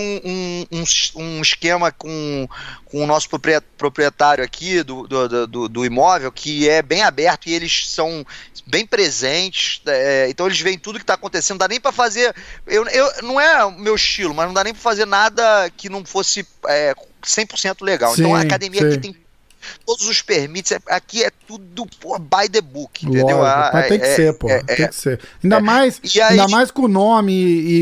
um esquema com o nosso proprietário aqui do imóvel, que é bem aberto, e eles são bem presentes, então eles veem tudo que está acontecendo. Não dá nem para fazer, não é o meu estilo, mas não dá nem para fazer nada que não fosse 100% legal. Sim, então a academia aqui tem todos os permits, aqui é tudo by the book, entendeu? Mas tem que ser, tem que ser. Ainda mais com o nome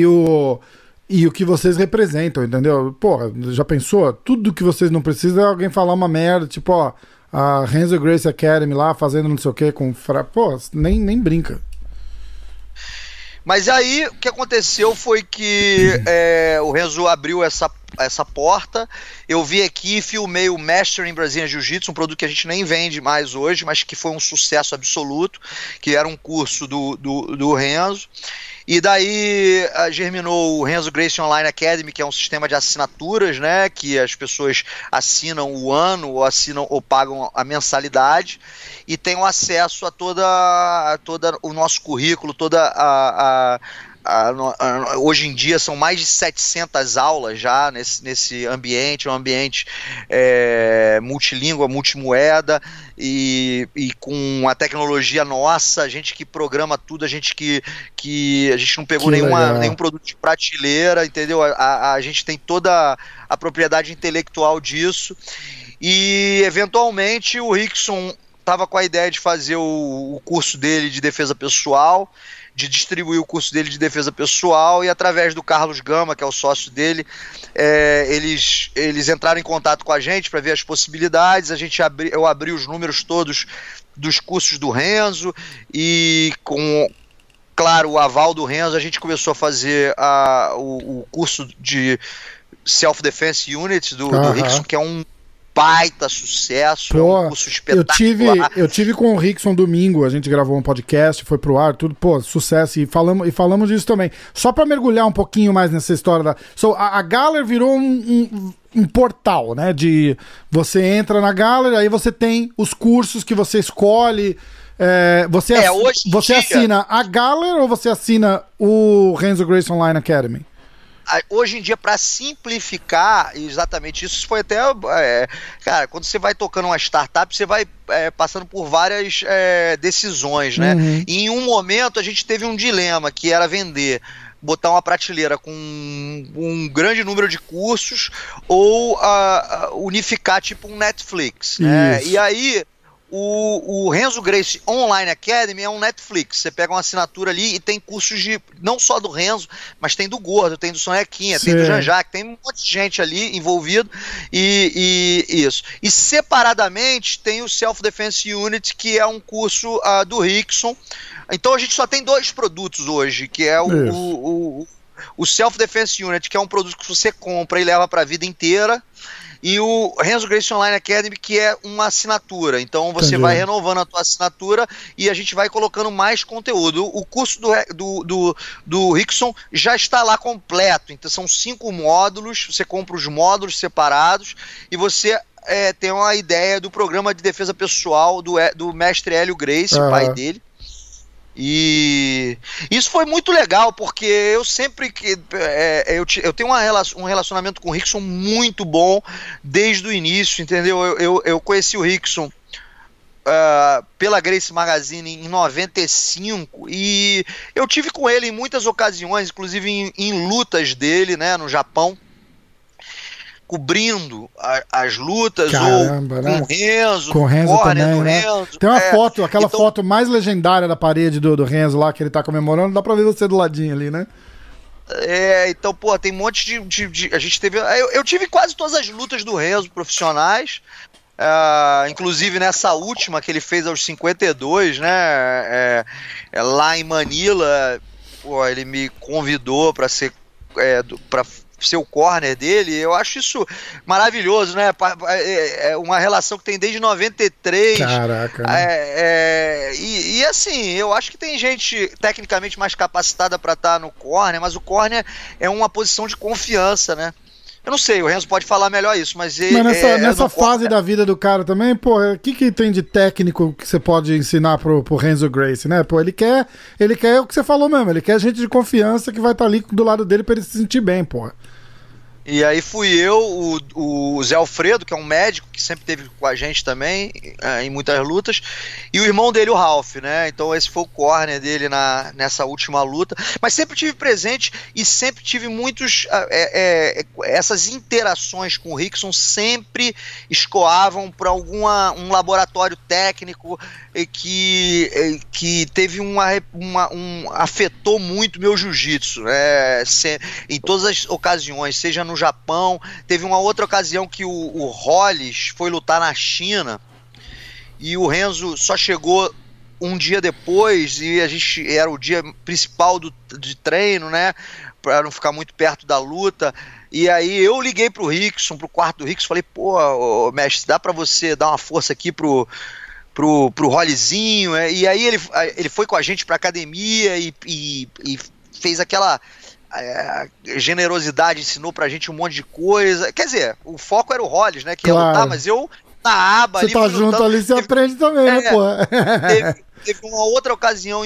e o que vocês representam, entendeu? Já pensou? Tudo que vocês não precisam é alguém falar uma merda, tipo, a Renzo Gracie Academy lá fazendo não sei o que com... nem brinca. Mas aí, o que aconteceu foi que o Renzo abriu essa porta, eu vim aqui e filmei o Mastering Brazilian Jiu-Jitsu, um produto que a gente nem vende mais hoje, mas que foi um sucesso absoluto, que era um curso do Renzo. E daí germinou o Renzo Gracie Online Academy, que é um sistema de assinaturas, né, que as pessoas assinam o ano ou pagam a mensalidade e tem acesso a toda o nosso currículo, hoje em dia são mais de 700 aulas já nesse ambiente, um ambiente multilíngua, multimoeda, e com a tecnologia nossa, a gente que programa tudo, a gente não pegou nenhum produto de prateleira, entendeu? A gente tem toda a propriedade intelectual disso, e eventualmente o Rickson estava com a ideia de fazer o curso dele de defesa pessoal. de distribuir o curso dele de defesa pessoal, e através do Carlos Gama, que é o sócio dele, eles entraram em contato com a gente para ver as possibilidades. Eu abri os números todos dos cursos do Renzo, e com, claro, o aval do Renzo, a gente começou a fazer o curso de Self-Defense Unit do Rickson, que é um baita sucesso. Pô, é um curso espetacular. Eu tive com o Rickson domingo, a gente gravou um podcast, foi pro ar, tudo, pô, sucesso, e falamos disso também. Só pra mergulhar um pouquinho mais nessa história a Galler virou um portal, né, de você entra na Galler, aí você tem os cursos que você escolhe, você assina a Galler ou você assina o Renzo Gracie Online Academy? Hoje em dia, para simplificar exatamente isso foi até... cara, quando você vai tocando uma startup, você vai passando por várias decisões, né? Uhum. E em um momento a gente teve um dilema, que era botar uma prateleira com um grande número de cursos, ou unificar tipo um Netflix, né? E aí... O Renzo Gracie Online Academy é um Netflix. Você pega uma assinatura ali e tem cursos não só do Renzo, mas tem do Gordo, tem do Sonequinha, tem do Jean-Jacques, tem um monte de gente ali envolvido, e isso. E separadamente tem o Self-Defense Unit, que é um curso do Rickson. Então a gente só tem 2 produtos hoje, que é o Self-Defense Unit, que é um produto que você compra e leva para a vida inteira, e o Renzo Gracie Online Academy, que é uma assinatura. Então você vai renovando a tua assinatura e a gente vai colocando mais conteúdo. O curso do Rickson já está lá completo. Então são 5 módulos, você compra os módulos separados e você tem uma ideia do programa de defesa pessoal do mestre Hélio Gracie, o pai dele. E isso foi muito legal, porque eu sempre eu tenho um relacionamento com o Rickson muito bom desde o início, entendeu? Eu conheci o Rickson pela Gracie Magazine em 95, e eu tive com ele em muitas ocasiões, inclusive em lutas dele, né, no Japão, cobrindo as lutas. Caramba, ou né? com o Renzo, com o Renzo também, né? Renzo. Tem uma foto, aquela foto mais legendária da parede do Renzo lá, que ele tá comemorando, dá pra ver você do ladinho ali, né? Então, pô, tem um monte de a gente teve... Eu tive quase todas as lutas do Renzo profissionais, inclusive nessa última que ele fez aos 52, né? Lá em Manila, pô, ele me convidou pra ser o corner dele. Eu acho isso maravilhoso, né? É uma relação que tem desde 93. Caraca. E assim, eu acho que tem gente tecnicamente mais capacitada para estar no corner, mas o corner é uma posição de confiança, né? Eu não sei, o Renzo pode falar melhor isso, mas nessa fase da vida do cara também, pô, o que tem de técnico que você pode ensinar pro Renzo Gracie, né? Pô, ele quer o que você falou mesmo, ele quer gente de confiança que vai estar ali do lado dele pra ele se sentir bem, pô. E aí fui eu, o Zé Alfredo, que é um médico que sempre esteve com a gente também, em muitas lutas, e o irmão dele, o Ralph, né? Então esse foi o corner dele nessa última luta. Mas sempre tive presente e sempre tive essas interações com o Rickson sempre escoavam para um laboratório técnico que teve afetou muito meu jiu-jitsu, né? Em todas as ocasiões, seja no Japão. Teve uma outra ocasião que o Hollis foi lutar na China e o Renzo só chegou um dia depois, e era o dia principal de treino, né, para não ficar muito perto da luta. E aí eu liguei pro Rickson, pro quarto do Rickson, falei: pô, mestre, dá para você dar uma força aqui pro Hollizinho? E aí ele foi com a gente pra academia e fez aquela generosidade, ensinou pra gente um monte de coisa. Quer dizer, o foco era o Hollis, né, que ia lutar, mas eu na aba ali... Você tá junto ali, você aprende também, né, pô? Teve uma outra ocasião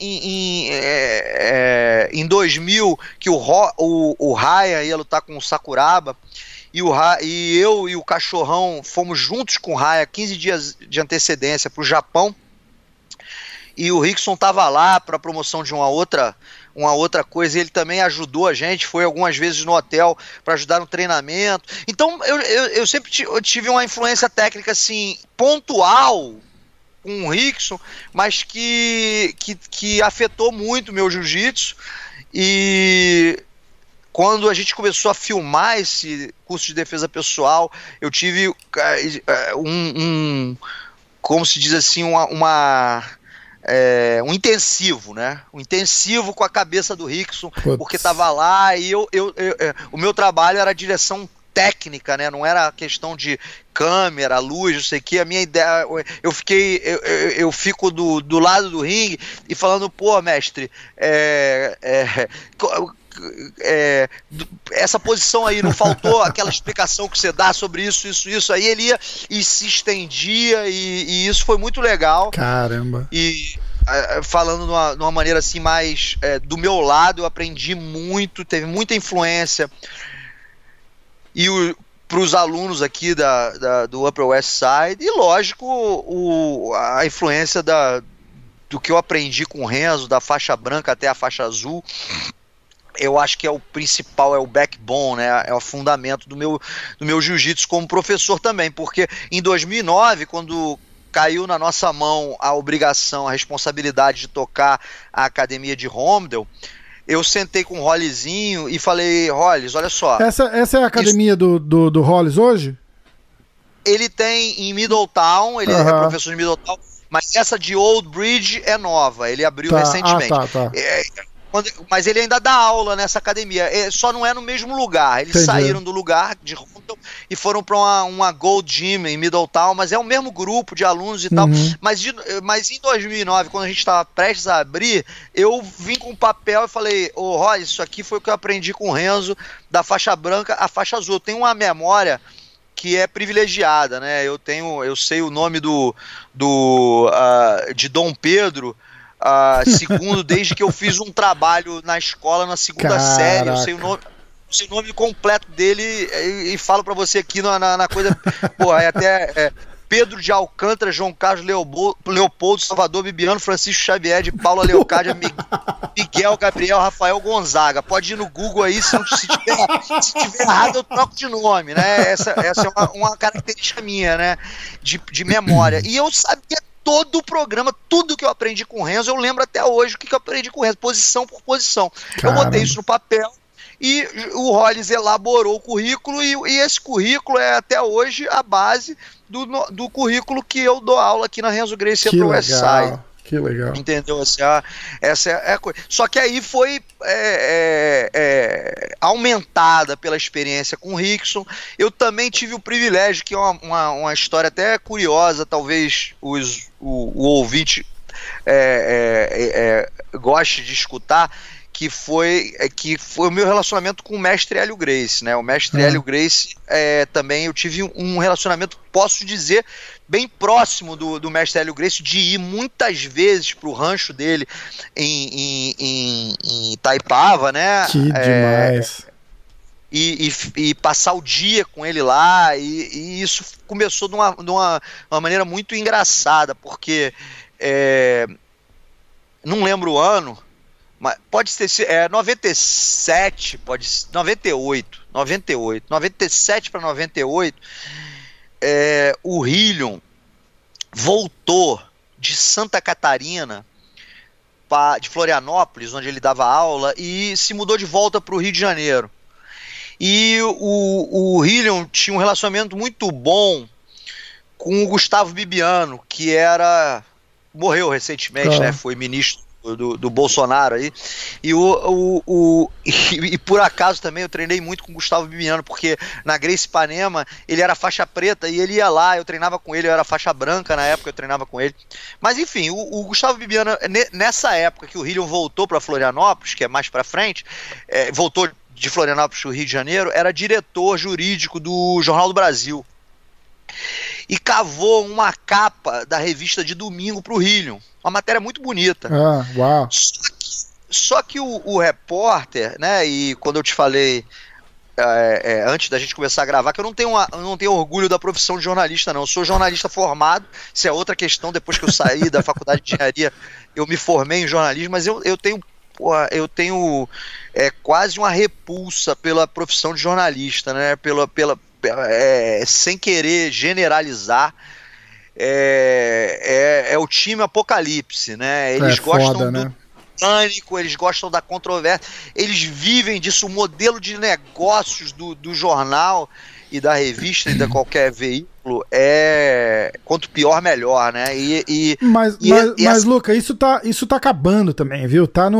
em 2000 que o Raya ia lutar com o Sakuraba, e eu e o Cachorrão fomos juntos com o Raya 15 dias de antecedência pro Japão, e o Rickson tava lá para promoção de uma outra coisa, e ele também ajudou a gente, foi algumas vezes no hotel para ajudar no treinamento. Então eu sempre tive uma influência técnica assim pontual com o Rickson, mas que afetou muito o meu jiu-jitsu. E quando a gente começou a filmar esse curso de defesa pessoal, eu tive como se diz assim, um intensivo, né? Um intensivo com a cabeça do Rickson, porque estava lá e o meu trabalho era direção técnica, né? Não era questão de câmera, luz, não sei o que. A minha ideia, eu fico do lado do ringue e falando, pô, mestre, essa posição aí, não faltou aquela explicação que você dá sobre isso, aí ele ia e se estendia e isso foi muito legal. Caramba. E falando de uma maneira assim mais do meu lado, eu aprendi muito, teve muita influência. E para os alunos aqui do Upper West Side, e lógico a influência do que eu aprendi com o Renzo, da faixa branca até a faixa azul. Eu acho que é o principal, é o backbone, né? É o fundamento do meu jiu-jitsu como professor também, porque em 2009, quando caiu na nossa mão a obrigação, a responsabilidade de tocar a academia de Holmdel, eu sentei com o Hollizinho e falei, Hollis, olha só... Essa é a academia do Hollis hoje? Ele tem em Middletown, ele é professor de Middletown, mas essa de Old Bridge é nova, ele abriu recentemente. Tá. Mas ele ainda dá aula nessa academia, só não é no mesmo lugar. Eles saíram do lugar de Holmdel e foram para uma Gold Gym em Middletown, mas é o mesmo grupo de alunos e tal. Mas em 2009, quando a gente estava prestes a abrir, eu vim com um papel e falei, Roy, isso aqui foi o que eu aprendi com o Renzo, da faixa branca à faixa azul. Eu tenho uma memória que é privilegiada, né? Eu sei o nome de Dom Pedro, segundo, desde que eu fiz um trabalho na escola na segunda série. Eu sei o nome completo dele e falo pra você aqui na coisa. Porra, até Pedro de Alcântara, João Carlos Leopoldo, Salvador Bibiano, Francisco Xavier, de Paula Leocádia, Miguel, Gabriel, Rafael Gonzaga. Pode ir no Google aí, se tiver errado eu troco de nome, né? Essa é uma característica minha, né? De memória. E eu sabia todo o programa, tudo que eu aprendi com o Renzo, eu lembro até hoje o que eu aprendi com o Renzo, posição por posição. Caramba. Eu botei isso no papel e o Hollis elaborou o currículo e esse currículo é até hoje a base do currículo que eu dou aula aqui na Renzo Gracie Upper West Side. Que legal. Entendeu? Essa é a coisa. Só que aí foi aumentada pela experiência com o Rickson. Eu também tive o privilégio, que é uma história até curiosa, talvez o ouvinte goste de escutar, que foi o meu relacionamento com o mestre Hélio Gracie, né? O mestre Hélio Gracie, também eu tive um relacionamento, posso dizer, bem próximo do mestre Hélio Gracie, de ir muitas vezes pro rancho dele em Itaipava, né? Que demais. E passar o dia com ele lá, e isso começou de uma maneira muito engraçada, porque não lembro o ano, mas pode ser 97, 97 para 98, o Hillion voltou de Santa Catarina, de Florianópolis, onde ele dava aula, e se mudou de volta para o Rio de Janeiro. E o Hillion tinha um relacionamento muito bom com o Gustavo Bibiano, que morreu recentemente, né? Foi ministro do Bolsonaro aí, e por acaso também eu treinei muito com o Gustavo Bibiano, porque na Gracie Ipanema ele era faixa preta e ele ia lá, eu treinava com ele, eu era faixa branca na época, eu treinava com ele, mas enfim, o Gustavo Bibiano, nessa época que o Hillion voltou para Florianópolis, que é mais para frente, voltou de Florianópolis para o Rio de Janeiro, era diretor jurídico do Jornal do Brasil, e cavou uma capa da revista de domingo para o Hillion, uma matéria muito bonita. Uau. Só que o repórter, né, e quando eu te falei antes da gente começar a gravar, que eu não tenho orgulho da profissão de jornalista, não. Eu sou jornalista formado, isso é outra questão. Depois que eu saí da faculdade de engenharia, eu me formei em jornalismo, mas eu tenho quase uma repulsa pela profissão de jornalista, né, sem querer generalizar. é o time Apocalipse, né? Eles gostam foda, do né? pânico, eles gostam da controvérsia, eles vivem disso, o modelo de negócios do jornal e da revista e da qualquer veículo quanto pior, melhor, né? Mas Luca, isso tá acabando também, viu? Tá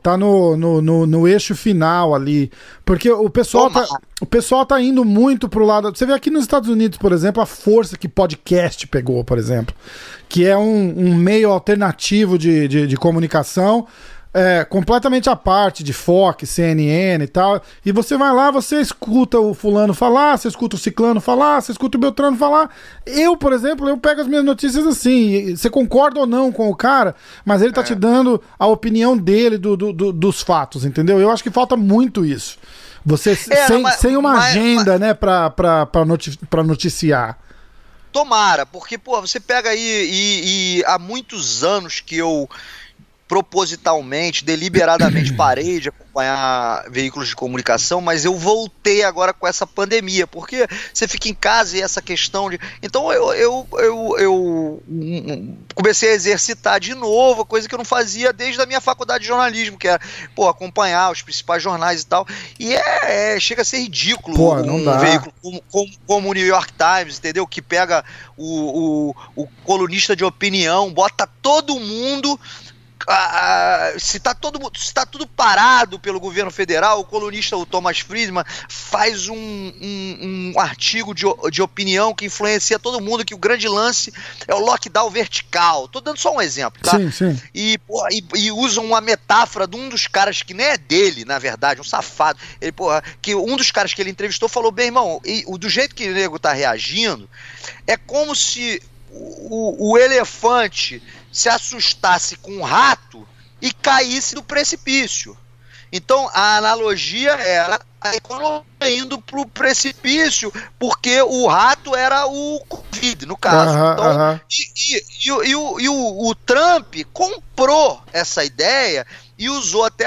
no eixo final ali. Porque o pessoal tá indo muito pro lado. Você vê aqui nos Estados Unidos, por exemplo, a força que podcast pegou, por exemplo. Que é um meio alternativo de comunicação. Completamente à parte de Fox, CNN e tal, e você vai lá, você escuta o fulano falar, você escuta o ciclano falar, você escuta o Beltrano falar. Eu, por exemplo, eu pego as minhas notícias assim, você concorda ou não com o cara, mas ele tá te dando a opinião dele dos fatos, entendeu? Eu acho que falta muito isso. Você sem uma agenda, né, pra noticiar. Tomara, porque, pô, você pega aí e há muitos anos que eu propositalmente, deliberadamente parei de acompanhar veículos de comunicação, mas eu voltei agora com essa pandemia, porque você fica em casa e essa questão de... Então eu comecei a exercitar de novo, coisa que eu não fazia desde a minha faculdade de jornalismo, que era, acompanhar os principais jornais e tal, e chega a ser ridículo um veículo como o New York Times, entendeu? Que pega o colunista de opinião, bota todo mundo... se tá tudo parado pelo governo federal, o colunista, o Thomas Friedman, faz um artigo de opinião que influencia todo mundo, que o grande lance é o lockdown vertical. Tô dando só um exemplo, tá? Sim. E usam uma metáfora de um dos caras que nem é dele, na verdade, um safado. Que um dos caras que ele entrevistou falou: bem, irmão, do jeito que o nego tá reagindo, é como se o elefante se assustasse com um rato e caísse do precipício. Então a analogia era a economia indo para o precipício, porque o rato era o Covid, no caso. O Trump comprou essa ideia e usou até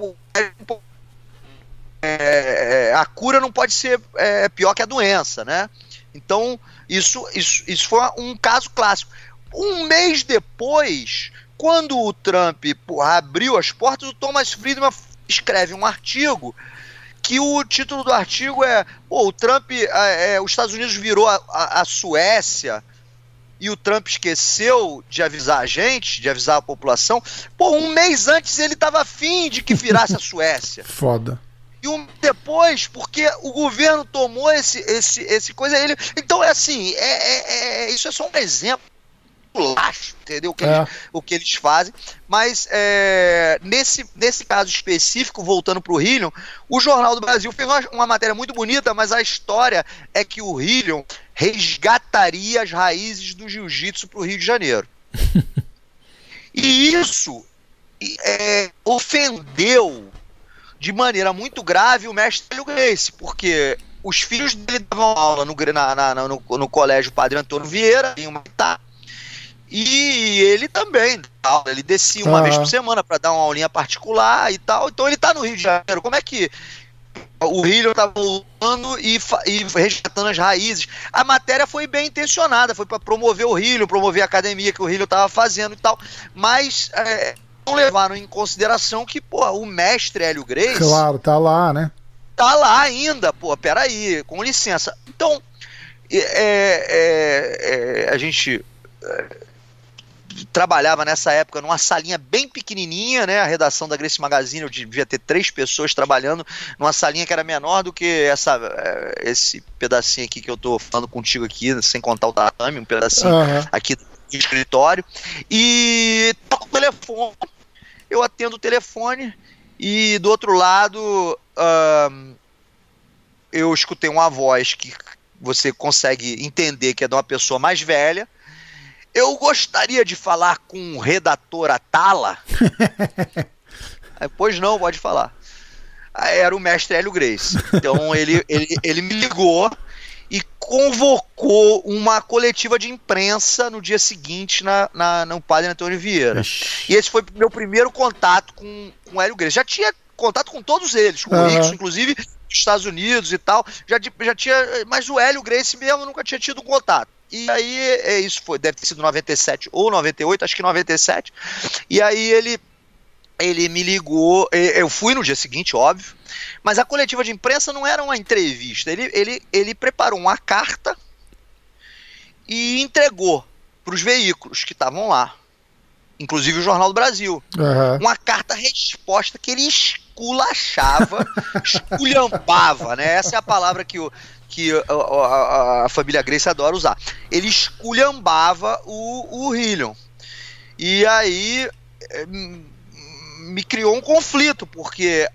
a cura não pode ser pior que a doença, né? Então isso foi um caso clássico. Um mês depois, quando o Trump abriu as portas, o Thomas Friedman escreve um artigo que o título do artigo é: o Trump, os Estados Unidos virou a Suécia e o Trump esqueceu de avisar a gente, de avisar a população. Um mês antes ele estava afim de que virasse a Suécia. Foda. E depois, porque o governo tomou esse coisa, então isso é só um exemplo. Entendeu o que eles fazem, mas nesse caso específico, voltando para o Hillion, o Jornal do Brasil fez uma matéria muito bonita, mas a história é que o Hillion resgataria as raízes do jiu-jitsu para o Rio de Janeiro. E isso ofendeu de maneira muito grave o mestre Hélio Gracie, porque os filhos dele davam aula no colégio Padre Antônio Vieira, em uma e ele também, ele descia uma vez por semana para dar uma aulinha particular e tal. Então ele tá no Rio de Janeiro. Como é que o Rio tá voltando e resgatando as raízes? A matéria foi bem intencionada, foi para promover o Rio, promover a academia que o Rio tava fazendo e tal, mas não levaram em consideração que o mestre Hélio Gracie, claro, tá lá, né? Tá lá ainda, peraí, com licença. Então a gente trabalhava nessa época numa salinha bem pequenininha, né? A redação da Gracie Magazine, eu devia ter 3 pessoas trabalhando numa salinha que era menor do que esse pedacinho aqui que eu tô falando contigo aqui, sem contar o tatame, um pedacinho aqui do escritório, e toco o telefone, eu atendo o telefone e do outro lado eu escutei uma voz que você consegue entender que é de uma pessoa mais velha. Eu gostaria de falar com o redator Atala. Pois não, pode falar. Era o mestre Hélio Gracie. Então ele me ligou e convocou uma coletiva de imprensa no dia seguinte no Padre Antônio Vieira. E esse foi meu primeiro contato com o Hélio Gracie. Já tinha contato com todos eles, com o Rickson, inclusive, dos Estados Unidos e tal, já tinha, mas o Hélio Gracie mesmo nunca tinha tido contato. E aí, isso deve ter sido 97 ou 98, acho que 97. E aí ele me ligou, eu fui no dia seguinte, óbvio, mas a coletiva de imprensa não era uma entrevista. Ele preparou uma carta e entregou para os veículos que estavam lá, inclusive o Jornal do Brasil. Uhum. Uma carta-resposta que ele esculachava, esculhambava, né? Essa é a palavra que a família Gracie adora usar. Ele esculhambava o Hillion. E aí me criou um conflito, porque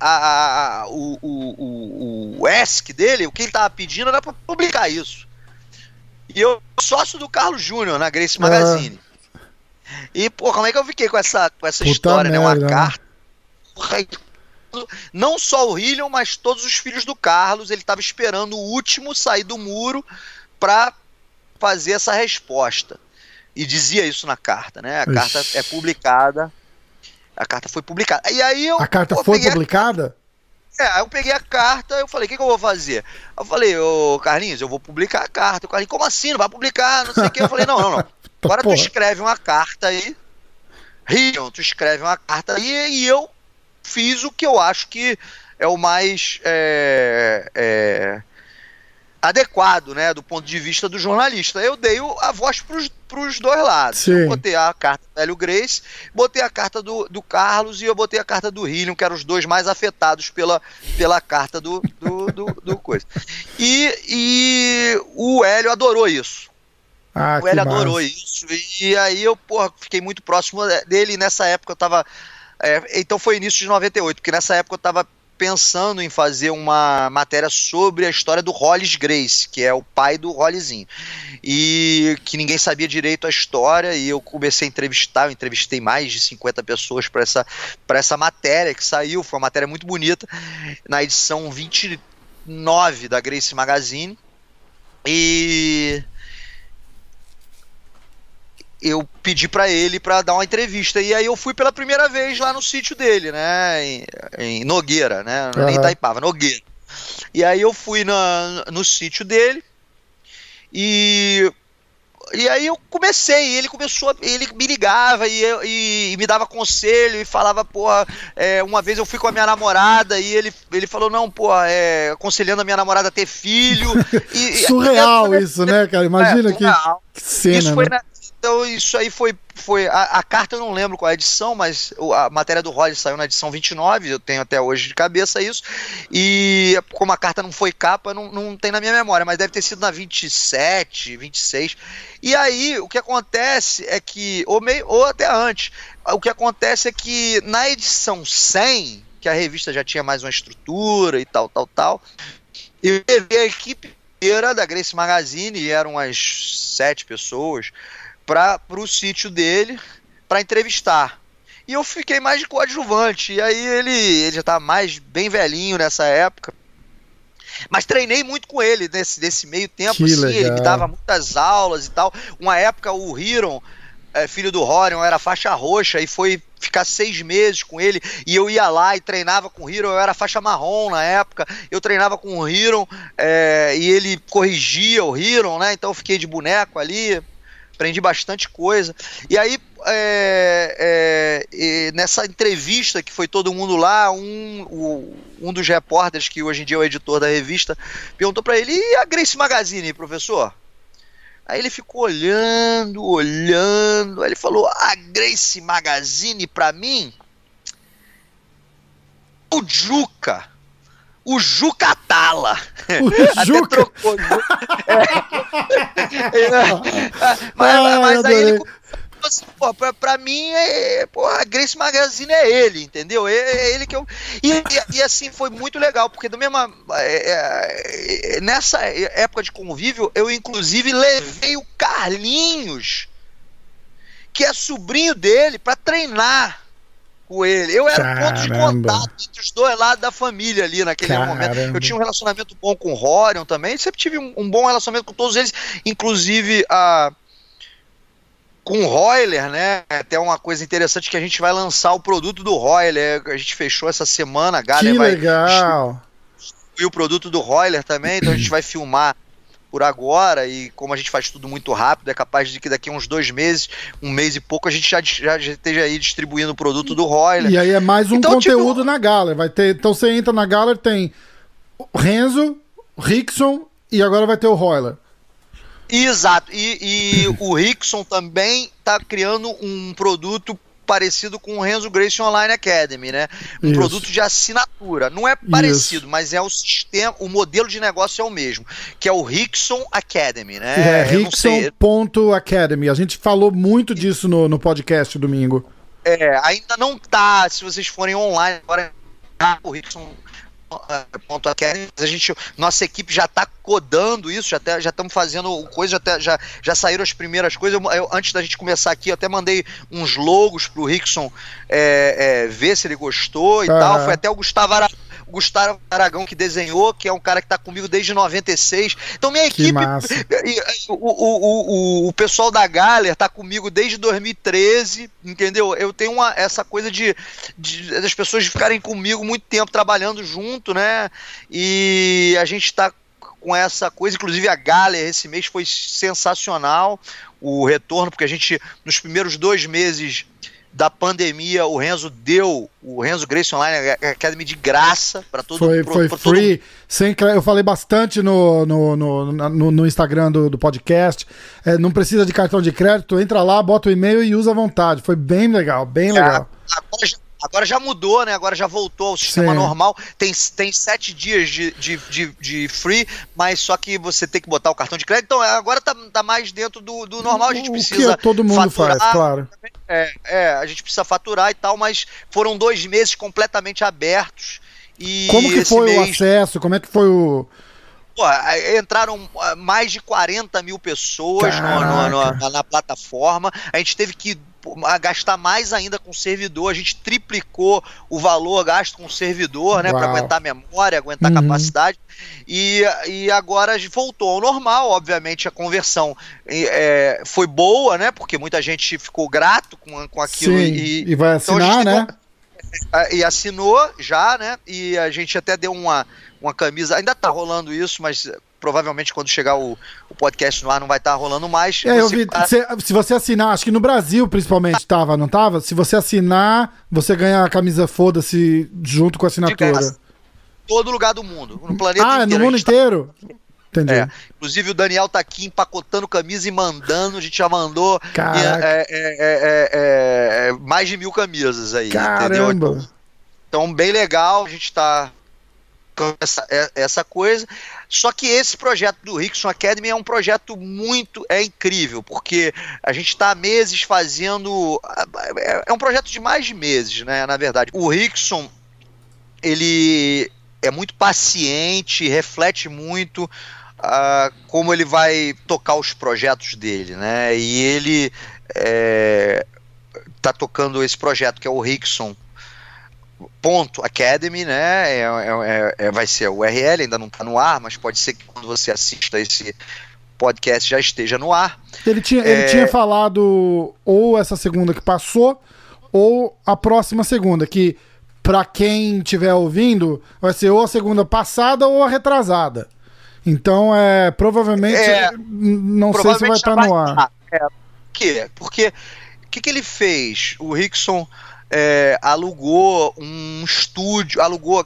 o ESC dele, o que ele estava pedindo era para publicar isso. E eu sócio do Carlos Júnior na Gracie Magazine. E, pô, como é que eu fiquei com essa história, né? Uma carta. Não só o Hillion, mas todos os filhos do Carlos. Ele estava esperando o último sair do muro para fazer essa resposta. E dizia isso na carta, né? A carta é publicada. A carta foi publicada. E aí a carta foi publicada? Aí eu peguei a carta, eu falei, o que eu vou fazer? Eu falei, ô Carlinhos, eu vou publicar a carta. O Carlinhos, como assim? Não vai publicar? Não sei o que. Eu falei, não. Agora tu escreve uma carta aí. Hillion, tu escreve uma carta aí e eu fiz o que eu acho que é o mais adequado, né, do ponto de vista do jornalista. Eu dei a voz pros dois lados. Sim. Eu botei a carta do Hélio Gracie, botei a carta do Carlos e eu botei a carta do Hillion, que eram os dois mais afetados pela carta do coisa. E o Hélio adorou isso. O Hélio adorou isso. E aí eu, fiquei muito próximo dele. E nessa época eu tava... então foi início de 98, porque nessa época eu tava pensando em fazer uma matéria sobre a história do Hollis Gracie, que é o pai do Hollisinho, e que ninguém sabia direito a história, e eu comecei a entrevistar, eu entrevistei mais de 50 pessoas para essa matéria que saiu. Foi uma matéria muito bonita, na edição 29 da Gracie Magazine, e eu pedi para ele para dar uma entrevista, e aí eu fui pela primeira vez lá no sítio dele, né, em Nogueira, né, em Itaipava, Nogueira. E aí eu fui no sítio dele, e aí eu comecei, ele me ligava e me dava conselho e falava, uma vez eu fui com a minha namorada e ele falou, não, aconselhando a minha namorada a ter filho. Surreal isso, né, cara? Imagina que cena, isso foi, né? Então isso aí foi a carta, eu não lembro qual é a edição, mas a matéria do Hollis saiu na edição 29, eu tenho até hoje de cabeça isso, e como a carta não foi capa, não tem na minha memória, mas deve ter sido na 27, 26, e aí o que acontece é que, ou até antes, o que acontece é que na edição 100, que a revista já tinha mais uma estrutura e tal, eu levei a equipe inteira da Gracie Magazine, e eram umas 7 pessoas, para o sítio dele, para entrevistar. E eu fiquei mais de coadjuvante. E aí ele já estava bem velhinho nessa época. Mas treinei muito com ele nesse meio tempo. Assim, ele me dava muitas aulas e tal. Uma época o Hillion, filho do Horion, era faixa roxa e foi ficar 6 meses com ele. E eu ia lá e treinava com o Hillion. Eu era faixa marrom na época. Eu treinava com o Hillion e ele corrigia o Hillion, né? Então eu fiquei de boneco ali. Aprendi bastante coisa. E aí, nessa entrevista que foi todo mundo lá, um dos repórteres, que hoje em dia é o editor da revista, perguntou para ele, e a Gracie Magazine, professor? Aí ele ficou olhando, aí ele falou, a Gracie Magazine, para mim, o Juca Tala. O Juca? Até trocou. Mas aí ele falou assim, pra mim, a Gracie Magazine é ele, entendeu? É ele que eu... E assim, foi muito legal, porque nessa época de convívio, eu inclusive levei o Carlinhos, que é sobrinho dele, pra treinar com ele. Eu era o ponto de contato entre os dois lados da família ali naquele momento. Eu tinha um relacionamento bom com o Horion também, sempre tive um bom relacionamento com todos eles, inclusive com o Royler, né? Até uma coisa interessante, que a gente vai lançar o produto do Royler, a gente fechou essa semana, a Galha legal! distribuir o produto do Royler também, então a gente vai filmar por agora, e como a gente faz tudo muito rápido, é capaz de que daqui a uns 2 meses, 1 mês e pouco, a gente já esteja aí distribuindo o produto do Royler. E aí é mais um então, conteúdo na Galler. Vai ter, então você entra na Galler, tem Renzo, Rickson e agora vai ter o Royler. Exato, e o Rickson também está criando um produto parecido com o Renzo Gracie Online Academy, né? Um produto de assinatura. Não é parecido, mas é o sistema, o modelo de negócio é o mesmo, que é o Rickson Academy, né? Rickson.academy. A gente falou muito disso no podcast domingo. Ainda não tá, se vocês forem online, agora o Rickson Academy, nossa equipe já está codando isso, já estamos fazendo coisa, já saíram as primeiras coisas. Antes da gente começar aqui, eu até mandei uns logos pro Rickson ver se ele gostou e tal. Foi até o Gustavo Aragão que desenhou, que é um cara que está comigo desde 96. Então minha equipe, o pessoal da Galler está comigo desde 2013, entendeu? Eu tenho essa coisa das pessoas ficarem comigo muito tempo trabalhando junto, né? E a gente está com essa coisa, inclusive a Galler esse mês foi sensacional, o retorno, porque a gente, nos primeiros 2 meses da pandemia, o Renzo deu o Renzo Gracie Online Academy de graça para todo mundo. Foi free. Eu falei bastante no Instagram do podcast. Não precisa de cartão de crédito, entra lá, bota o e-mail e usa à vontade. Foi bem legal, bem legal. Agora já mudou, né? Agora já voltou ao sistema normal. Tem 7 dias de free, mas só que você tem que botar o cartão de crédito. Então agora tá mais dentro do normal. A gente precisa que todo mundo faturar, faz, claro. A gente precisa faturar e tal, mas foram 2 meses completamente abertos. E como que foi o acesso? Como é que foi o... Entraram mais de 40 mil pessoas na plataforma. A gente teve que gastar mais ainda com o servidor. A gente triplicou o valor gasto com o servidor, né, para aguentar memória, aguentar capacidade. E agora voltou ao normal. Obviamente a conversão foi boa, né, porque muita gente ficou grato com aquilo. Sim, e vai assinar, então né? E assinou já, né? E a gente até deu uma camisa, ainda tá rolando isso, mas provavelmente quando chegar o podcast no ar não vai estar rolando mais. Eu vi, se você assinar, acho que no Brasil principalmente não tava? Se você assinar, você ganha a camisa Foda-se junto com a assinatura. Todo lugar do mundo, no planeta inteiro. No mundo inteiro? Entendi. Inclusive o Daniel tá aqui empacotando camisa e mandando, a gente já mandou mais de 1000 camisas aí. Caramba. Entendeu? Então bem legal, a gente tá com essa coisa. Só que esse projeto do Rickson Academy é um projeto incrível, porque a gente está há meses fazendo, é um projeto de mais de meses, né, na verdade. O Rickson, ele é muito paciente, reflete muito como ele vai tocar os projetos dele, né? E ele tá tocando esse projeto que é o Rickson.academy, né? Vai ser a URL, ainda não está no ar, mas pode ser que quando você assista esse podcast já esteja no ar. Ele tinha falado ou essa segunda que passou ou a próxima segunda, que para quem estiver ouvindo vai ser ou a segunda passada ou a retrasada. Então, provavelmente, não sei se vai estar no ar. Por quê? Porque o que ele fez? O Rickson alugou um estúdio, alugou,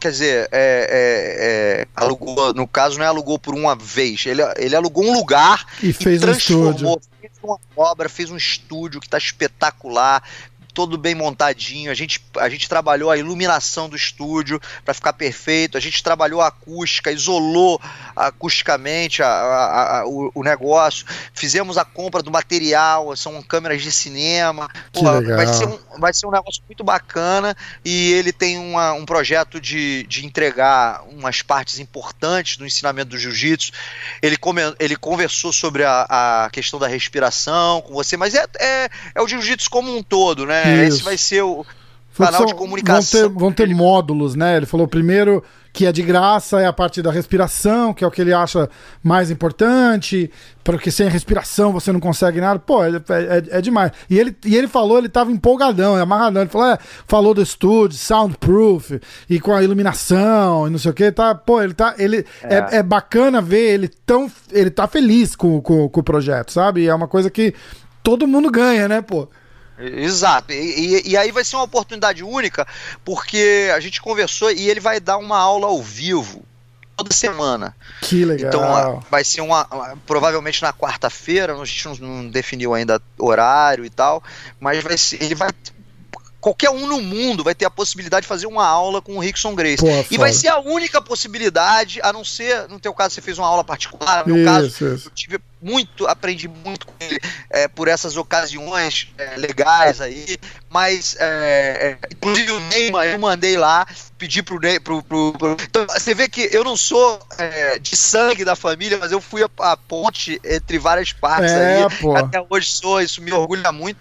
no caso não é alugou por uma vez, ele alugou um lugar e fez um estúdio. Fez uma obra, fez um estúdio que está espetacular, todo bem montadinho. A gente trabalhou a iluminação do estúdio para ficar perfeito, a gente trabalhou a acústica, isolou acusticamente o negócio, fizemos a compra do material, são câmeras de cinema. Vai ser um negócio muito bacana, e ele tem um projeto de entregar umas partes importantes do ensinamento do jiu-jitsu. Ele conversou sobre a questão da respiração com você, mas é o jiu-jitsu como um todo, né? Isso. Esse vai ser o canal de comunicação. Vão ter módulos, né? Ele falou primeiro que é de graça, é a parte da respiração, que é o que ele acha mais importante, porque sem respiração você não consegue nada. Pô, é demais. E ele falou, ele tava empolgadão, amarradão. Ele falou do estúdio, soundproof, e com a iluminação, e não sei o que. Tá, pô, é bacana ver ele tá feliz com o projeto, sabe? É uma coisa que todo mundo ganha, né, pô? Exato, e aí vai ser uma oportunidade única, porque a gente conversou e ele vai dar uma aula ao vivo toda semana. Que legal. Então vai ser provavelmente na quarta-feira, a gente não definiu ainda horário e tal, mas qualquer um no mundo vai ter a possibilidade de fazer uma aula com o Rickson Gracie. Pô, e vai ser a única possibilidade, a não ser, no teu caso, você fez uma aula particular, no meu caso, eu aprendi muito com ele por essas ocasiões legais aí, mas inclusive o Neymar, eu mandei lá, pedi pro Neymar, então você vê que eu não sou de sangue da família, mas eu fui a ponte entre várias partes aí, pô. Até hoje sou, isso me orgulha muito,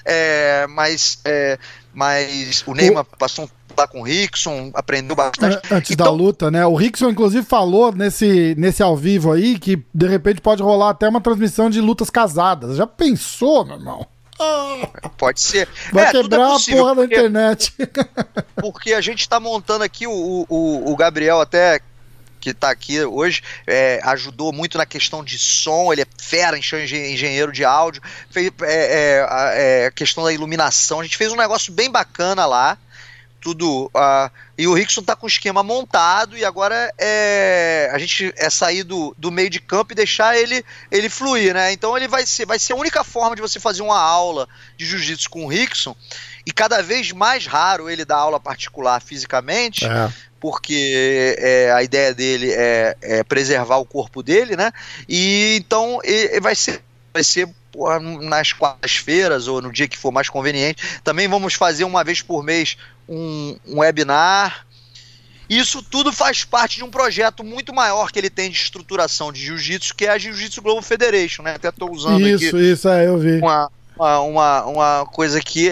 mas o Neymar passou lá com o Rickson, aprendeu bastante. Antes da luta, né? O Rickson, inclusive, falou nesse ao vivo aí que, de repente, pode rolar até uma transmissão de lutas casadas. Já pensou, meu irmão? Pode ser. Vai quebrar a porra da internet. Porque a gente tá montando aqui, o Gabriel até, que tá aqui hoje, ajudou muito na questão de som, ele é fera, engenheiro de áudio, fez a questão da iluminação, a gente fez um negócio bem bacana lá, tudo, e o Rickson tá com o esquema montado, e agora a gente sair do meio de campo e deixar ele fluir, né? Então ele vai ser a única forma de você fazer uma aula de jiu-jitsu com o Rickson, e cada vez mais raro ele dar aula particular fisicamente, porque a ideia dele é preservar o corpo dele, né? E então vai ser nas quartas-feiras ou no dia que for mais conveniente. Também vamos fazer uma vez por mês um webinar. Isso tudo faz parte de um projeto muito maior que ele tem de estruturação de jiu-jitsu, que é a Jiu-Jitsu Global Federation, né? Até estou usando aqui. Isso, eu vi. Uma coisa que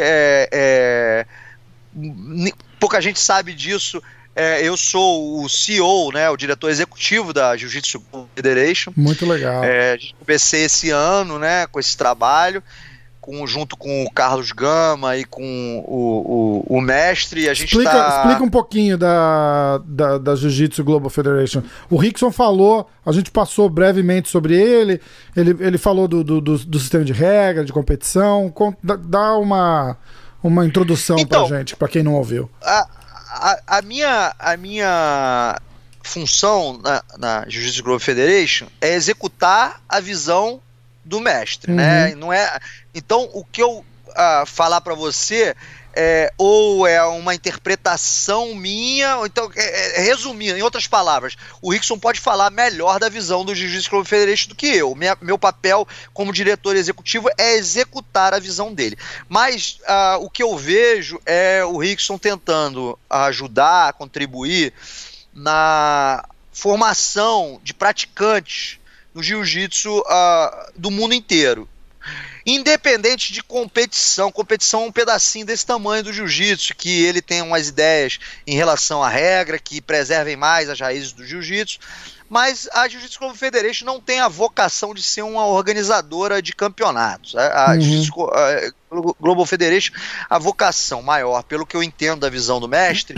pouca gente sabe disso. Eu sou o CEO, né, o diretor executivo da Jiu-Jitsu Federation. Muito legal. A gente comecei esse ano, né, com esse trabalho, junto com o Carlos Gama e com o mestre. A gente explica um pouquinho da Jiu-Jitsu Global Federation. O Rickson falou, a gente passou brevemente sobre ele falou do sistema de regra, de competição. Dá uma introdução pra gente, pra quem não ouviu. A minha função na Jiu-Jitsu Global Federation é executar a visão do mestre, né? Não é. Então, o que eu falar para você ou é uma interpretação minha, ou então, resumindo, em outras palavras, o Rickson pode falar melhor da visão do Jiu-Jitsu Global Federation do que eu. Meu papel como diretor executivo é executar a visão dele. Mas o que eu vejo é o Rickson tentando ajudar, contribuir na formação de praticantes no Jiu-Jitsu do mundo inteiro. Independente de competição é um pedacinho desse tamanho do jiu-jitsu, que ele tem umas ideias em relação à regra, que preservem mais as raízes do jiu-jitsu, mas a Jiu-Jitsu Global Federation não tem a vocação de ser uma organizadora de campeonatos. A Jiu-Jitsu Global Federation, a vocação maior, pelo que eu entendo da visão do mestre,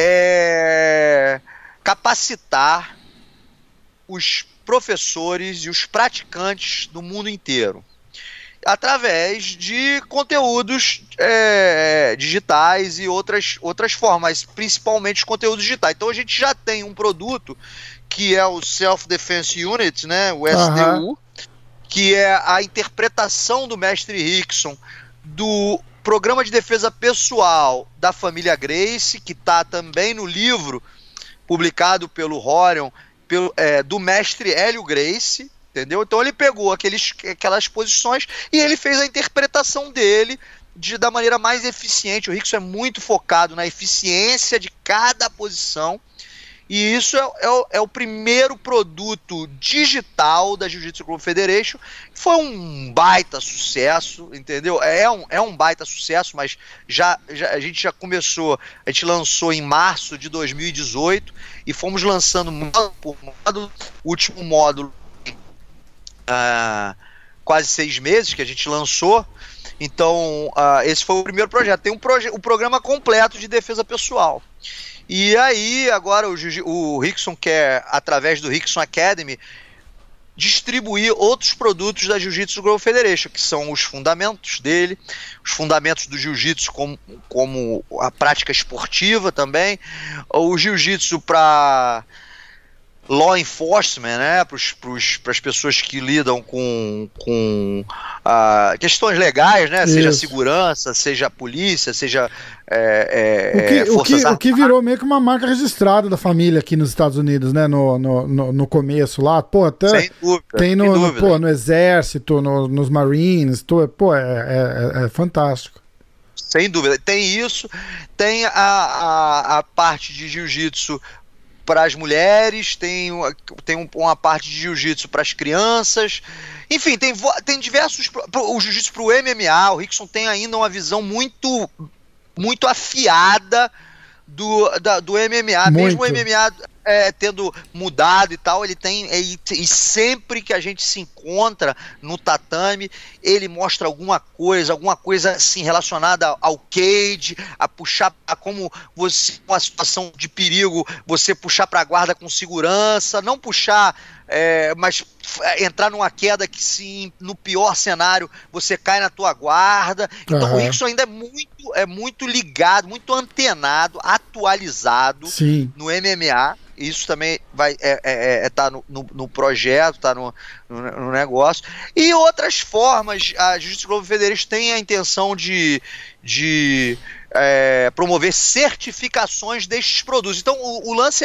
é capacitar os professores e os praticantes do mundo inteiro através de conteúdos digitais e outras formas, principalmente os conteúdos digitais. Então a gente já tem um produto que é o Self-Defense Unit, né, o SDU, que é a interpretação do mestre Rickson do programa de defesa pessoal da família Gracie, que está também no livro publicado pelo Horion, do mestre Hélio Gracie, entendeu? Então ele pegou aquelas posições e ele fez a interpretação dele da maneira mais eficiente. O Rickson é muito focado na eficiência de cada posição E isso é o primeiro produto digital da Jiu-Jitsu Global Federation. Foi um baita sucesso, entendeu? É um baita sucesso, mas a gente já começou, a gente lançou em março de 2018 e fomos lançando módulo por módulo. O último módulo, quase 6 meses que a gente lançou. Então, esse foi o primeiro projeto. Tem um programa completo de defesa pessoal. E aí, agora o Rickson quer, através do Rickson Academy, distribuir outros produtos da Jiu-Jitsu Global Federation, que são os fundamentos dele, os fundamentos do Jiu-Jitsu como a prática esportiva também, o Jiu-Jitsu para law enforcement, né, para as pessoas que lidam com questões legais, né, seja segurança, seja polícia, seja forças armadas. O que virou meio que uma marca registrada da família aqui nos Estados Unidos, né, no começo lá, pô, até sem dúvida, tem no exército, nos Marines, é fantástico. Sem dúvida, tem isso, tem a parte de jiu-jitsu para as mulheres, tem uma parte de jiu-jitsu para as crianças, enfim, tem diversos. O jiu-jitsu para o MMA, o Rickson tem ainda uma visão muito, muito afiada do MMA, muito. Mesmo o MMA tendo mudado e tal, ele tem, e sempre que a gente se encontra no tatame, ele mostra alguma coisa assim relacionada ao cage, a puxar, a como você, uma situação de perigo, você puxar para a guarda com segurança, não puxar, mas entrar numa queda que, se no pior cenário, você cai na tua guarda. Então o Rickson ainda é muito ligado, muito antenado, atualizado. Sim. No MMA. Isso também vai tá no projeto, tá no negócio. E outras formas, a Jiu-Jitsu Global Federation tem a intenção de promover certificações destes produtos. Então o lance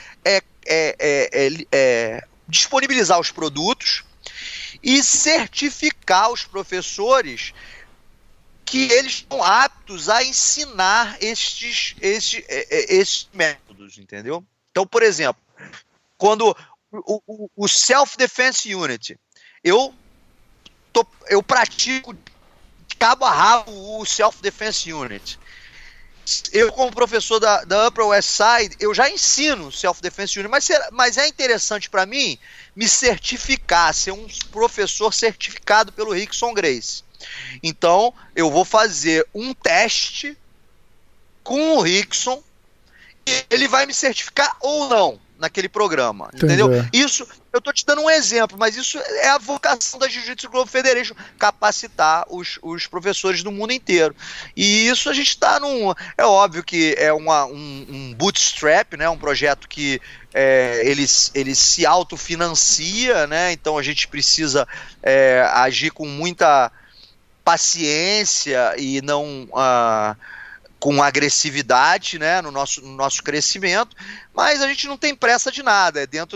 é disponibilizar os produtos e certificar os professores que eles estão aptos a ensinar esses métodos, entendeu? Então, por exemplo, quando o Self-Defense Unit, eu pratico de cabo a rabo o Self-Defense Unit. Eu, como professor da Upper West Side, eu já ensino Self-Defense Unit, mas é interessante para mim me certificar, ser um professor certificado pelo Rickson Gracie. Então, eu vou fazer um teste com o Rickson, ele vai me certificar ou não naquele programa, entendeu? Isso, eu tô te dando um exemplo, mas isso é a vocação da Jiu-Jitsu Global Federation, capacitar os professores do mundo inteiro. E isso a gente tá é óbvio que é um bootstrap, né? Um projeto que ele se autofinancia, né? Então a gente precisa agir com muita paciência e não com agressividade, né, no nosso crescimento, mas a gente não tem pressa de nada, é dentro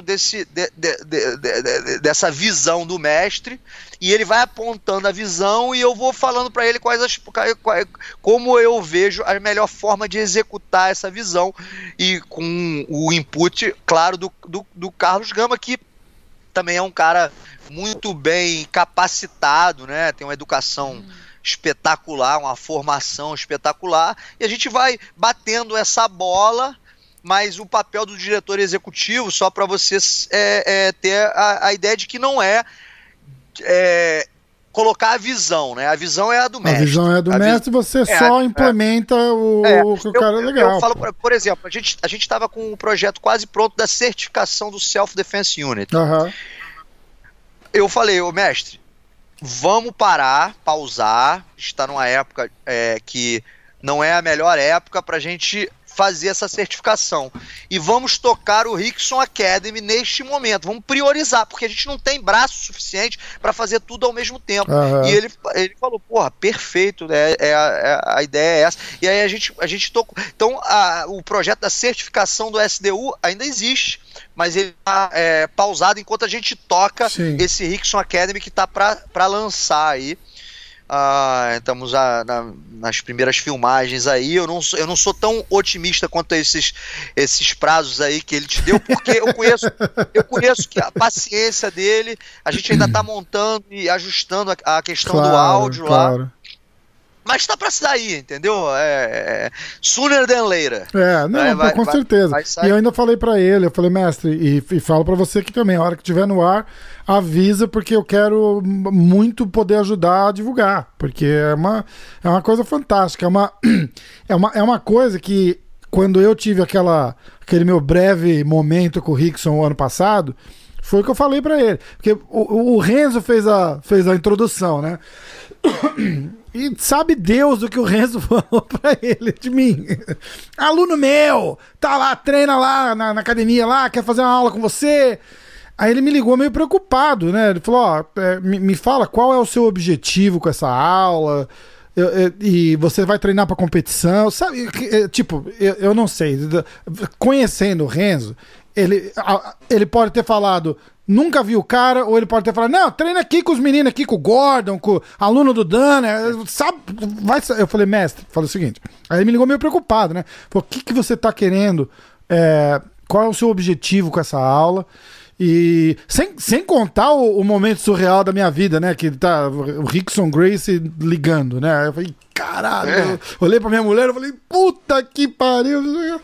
dessa visão do mestre, e ele vai apontando a visão e eu vou falando para ele como eu vejo a melhor forma de executar essa visão, e com o input, claro, do Carlos Gama, que também é um cara muito bem capacitado, né, tem uma educação espetacular, uma formação espetacular, e a gente vai batendo essa bola, mas o papel do diretor executivo, só para vocês ter a ideia de que não colocar a visão, né? A visão é a do mestre. A visão é a do mestre, você só implementa o que o cara é legal. Eu falo, por exemplo, a gente estava com um projeto quase pronto da certificação do Self-Defense Unit. Eu falei, mestre, vamos pausar, está numa época que não é a melhor época para a gente fazer essa certificação, e vamos tocar o Rickson Academy neste momento, vamos priorizar, porque a gente não tem braço suficiente para fazer tudo ao mesmo tempo. E ele falou, porra, perfeito, a ideia é essa, e aí a gente tocou. Então o projeto da certificação do SDU ainda existe, mas ele está pausado enquanto a gente toca esse Rickson Academy que está para lançar aí. Estamos nas primeiras filmagens aí. Eu não sou tão otimista quanto a esses prazos aí que ele te deu, porque eu conheço que a paciência dele, a gente ainda está montando e ajustando a questão do áudio lá. Mas tá pra sair, entendeu? Sooner than later. Com certeza. E eu ainda falei pra ele, eu falei, mestre, e falo pra você aqui também, a hora que tiver no ar, avisa, porque eu quero muito poder ajudar a divulgar, porque é uma coisa fantástica, é uma coisa que, quando eu tive aquele meu breve momento com o Rickson ano passado, foi o que eu falei pra ele, porque o Renzo fez a introdução, né? E sabe Deus do que o Renzo falou pra ele de mim. Aluno meu, tá lá, treina lá na academia lá, quer fazer uma aula com você. Aí ele me ligou meio preocupado, né? Ele falou, me fala qual é o seu objetivo com essa aula, e você vai treinar pra competição, sabe? Tipo, eu não sei. Conhecendo o Renzo, ele pode ter falado, nunca vi o cara, ou ele pode ter falado, não, treina aqui com os meninos aqui, com o Gordon, com o aluno do Danner, sabe? Eu falei, mestre, falei o seguinte, aí ele me ligou meio preocupado, né? Falou, o que você tá querendo, qual é o seu objetivo com essa aula? E sem contar o momento surreal da minha vida, né? Que tá o Rickson Gracie ligando, né? Eu falei, caralho, eu olhei pra minha mulher, eu falei, puta que pariu.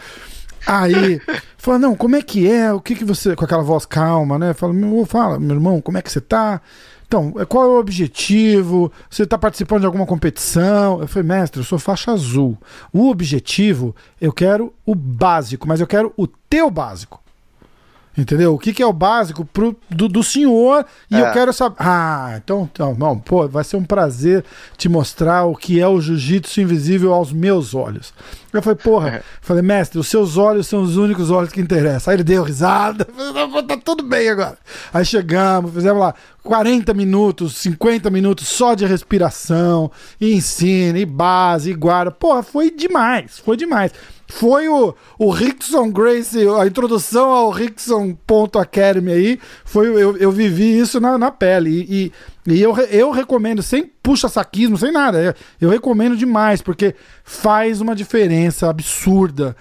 Aí, fala, não, como é que é? O que você... Com aquela voz calma, né? Fala, meu irmão, como é que você tá? Então, qual é o objetivo? Você tá participando de alguma competição? Eu falei, mestre, eu sou faixa azul. O objetivo, eu quero o básico, mas eu quero o teu básico. Entendeu? O que é o básico do senhor, e eu quero saber. Então, não, pô, vai ser um prazer te mostrar o que é o jiu-jitsu invisível aos meus olhos. Eu falei, falei, mestre, os seus olhos são os únicos olhos que interessam. Aí ele deu risada, tá tudo bem agora. Aí chegamos, fizemos lá 40 minutos, 50 minutos só de respiração, e ensino, e base, e guarda. Porra, foi demais, foi demais. Foi o Rickson Gracie, a introdução ao Rickson.academy aí, eu vivi isso na pele, e eu recomendo, sem puxa-saquismo, sem nada, eu recomendo demais, porque faz uma diferença absurda,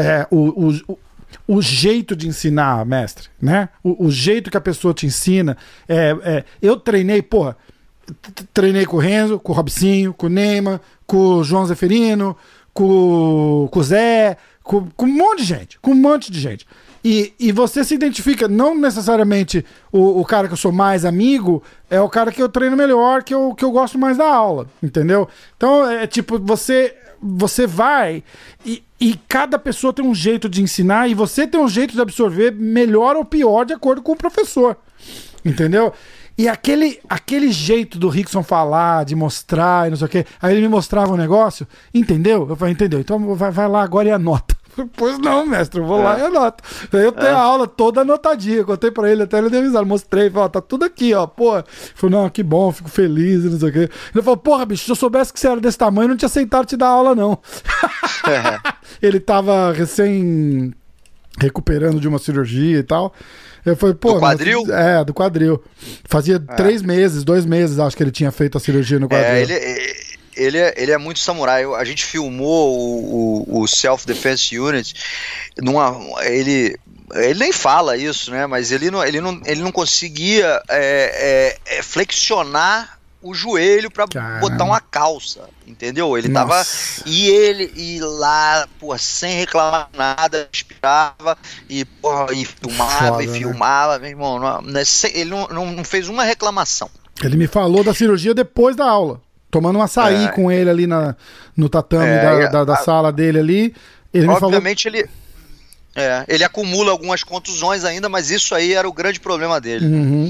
o jeito de ensinar, mestre, né? O jeito que a pessoa te ensina, eu treinei, treinei com o Renzo, com o Robicinho, com o Neymar, com o João Zeferino, com o Zé, com um monte de gente. E você se identifica, não necessariamente o cara que eu sou mais amigo, é o cara que eu treino melhor, que eu gosto mais da aula, entendeu? Então, tipo, você vai e cada pessoa tem um jeito de ensinar, e você tem um jeito de absorver melhor ou pior de acordo com o professor, entendeu? E aquele jeito do Rickson falar, de mostrar e não sei o quê, aí ele me mostrava um negócio, entendeu? Eu falei, entendeu? Então vai lá agora e anota. Pois não, mestre, eu vou lá e anoto. Eu tenho a aula toda anotadinha, contei pra ele, até ele deu risada, mostrei, falei, tá tudo aqui, ó, pô. Ele falou, não, que bom, fico feliz e não sei o quê. Ele falou, porra, bicho, se eu soubesse que você era desse tamanho, eu não tinha aceitado te dar aula, não. Ele tava recém recuperando de uma cirurgia e tal. Eu falei, pô... Do quadril? Do quadril. Fazia 2 meses, acho que ele tinha feito a cirurgia no quadril. Ele é muito samurai. A gente filmou o Self-Defense Unit ele nem fala isso, né? Mas ele não conseguia flexionar o joelho pra botar uma calça, entendeu? Ele tava... E lá, pô, sem reclamar nada, inspirava e filmava. Foda, e filmava, né? Meu irmão. Ele não fez uma reclamação. Ele me falou da cirurgia depois da aula. Tomando um açaí com ele ali no tatame da sala dele ali. Ele obviamente me falou... ele acumula algumas contusões ainda, mas isso aí era o grande problema dele. Uhum.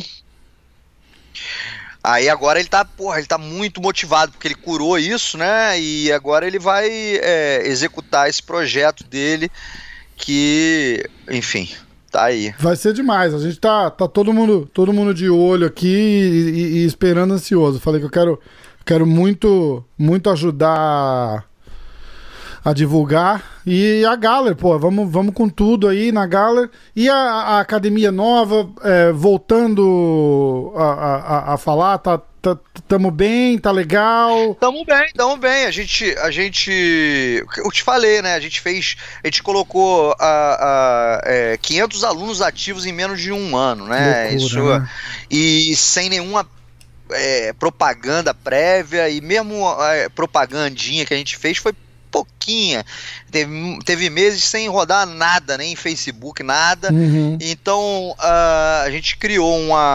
Aí agora ele tá muito motivado, porque ele curou isso, né? E agora ele vai executar esse projeto dele, que, enfim, tá aí. Vai ser demais. A gente tá todo mundo de olho aqui e esperando ansioso. Falei que eu quero muito, muito ajudar a divulgar. E a Galler, pô, vamos com tudo aí na Galler. E a academia nova, voltando a falar, tamo bem, tá legal? Tamo bem. A gente, eu te falei, né? A gente colocou 500 alunos ativos em menos de um ano, né? Loucura, né? E sem nenhuma propaganda prévia, e mesmo a propagandinha que a gente fez foi pouquinha. Teve meses sem rodar nada, nem em Facebook, nada. Uhum. Então a gente criou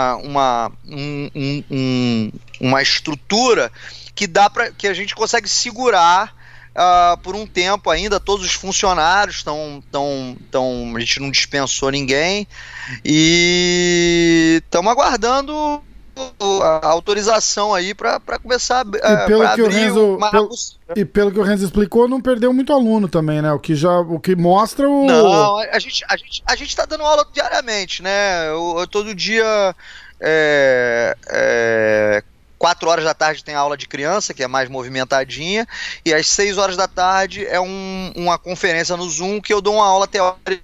uma estrutura que a gente consegue segurar por um tempo ainda. Todos os funcionários a gente não dispensou ninguém e estamos aguardando a autorização aí para começar a abrir e pelo que o Renzo explicou, não perdeu muito aluno também, né? O que mostra o... Não, a gente tá dando aula diariamente, né? Todo dia 4 horas da tarde tem aula de criança, que é mais movimentadinha, e às 6 horas da tarde é uma conferência no Zoom que eu dou uma aula teórica,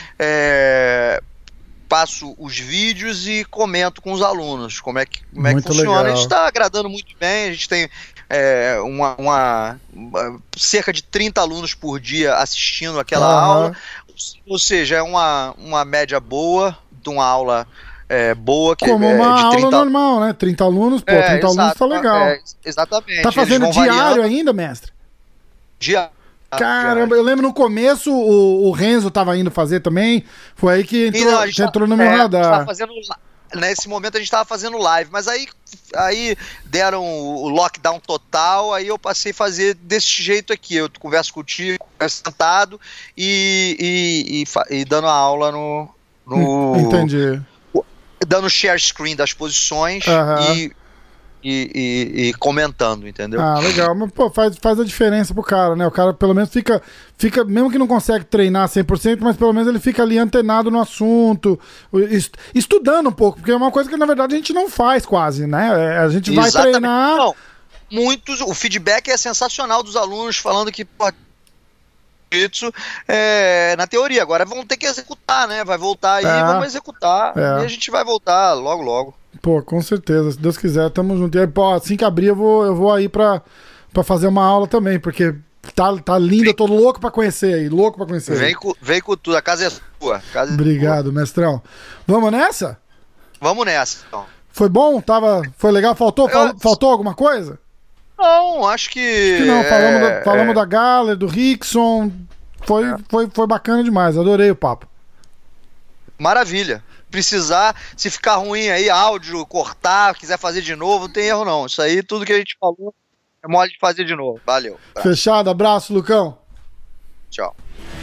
passo os vídeos e comento com os alunos como é que funciona. Legal. A gente está agradando muito bem, a gente tem cerca de 30 alunos por dia assistindo aquela aula, ou seja, é uma média boa de uma aula boa. Como uma de 30... aula normal, né? 30 alunos, 30 alunos tá legal. Exatamente. Tá fazendo diário ainda, mestre? Diário. Caramba, eu lembro no começo o Renzo tava indo fazer também, foi aí que entrou no meu radar. Nesse momento a gente tava fazendo live, mas aí deram o lockdown total, aí eu passei a fazer desse jeito aqui, eu converso contigo, sentado e dando a aula no... Entendi. Dando share screen das posições e comentando, entendeu? Ah, legal. Mas, pô, faz a diferença pro cara, né? O cara, pelo menos, fica mesmo que não consegue treinar 100%, mas pelo menos ele fica ali antenado no assunto, estudando um pouco, porque é uma coisa que, na verdade, a gente não faz quase, né? A gente vai treinar... Não, o feedback é sensacional dos alunos, falando que, pô, isso na teoria, agora vão ter que executar, né? Vai voltar aí, vamos executar, e a gente vai voltar logo, logo. Pô, com certeza, se Deus quiser, tamo junto. E aí, pô, assim que abrir, eu vou aí pra fazer uma aula também, porque tá lindo, eu tô louco pra conhecer aí, Vem com tudo, a casa é sua. Obrigado, mestrão. Vamos nessa? Vamos nessa, então. Foi bom? Foi legal? Faltou alguma coisa? Não, acho que não, falamos da Galler, do Rickson, foi bacana demais, adorei o papo. Maravilha. Precisar, se ficar ruim aí, áudio, cortar, quiser fazer de novo, não tem erro não. Isso aí, tudo que a gente falou, é mole de fazer de novo. Valeu. Fechado, abraço, Lucão. Tchau.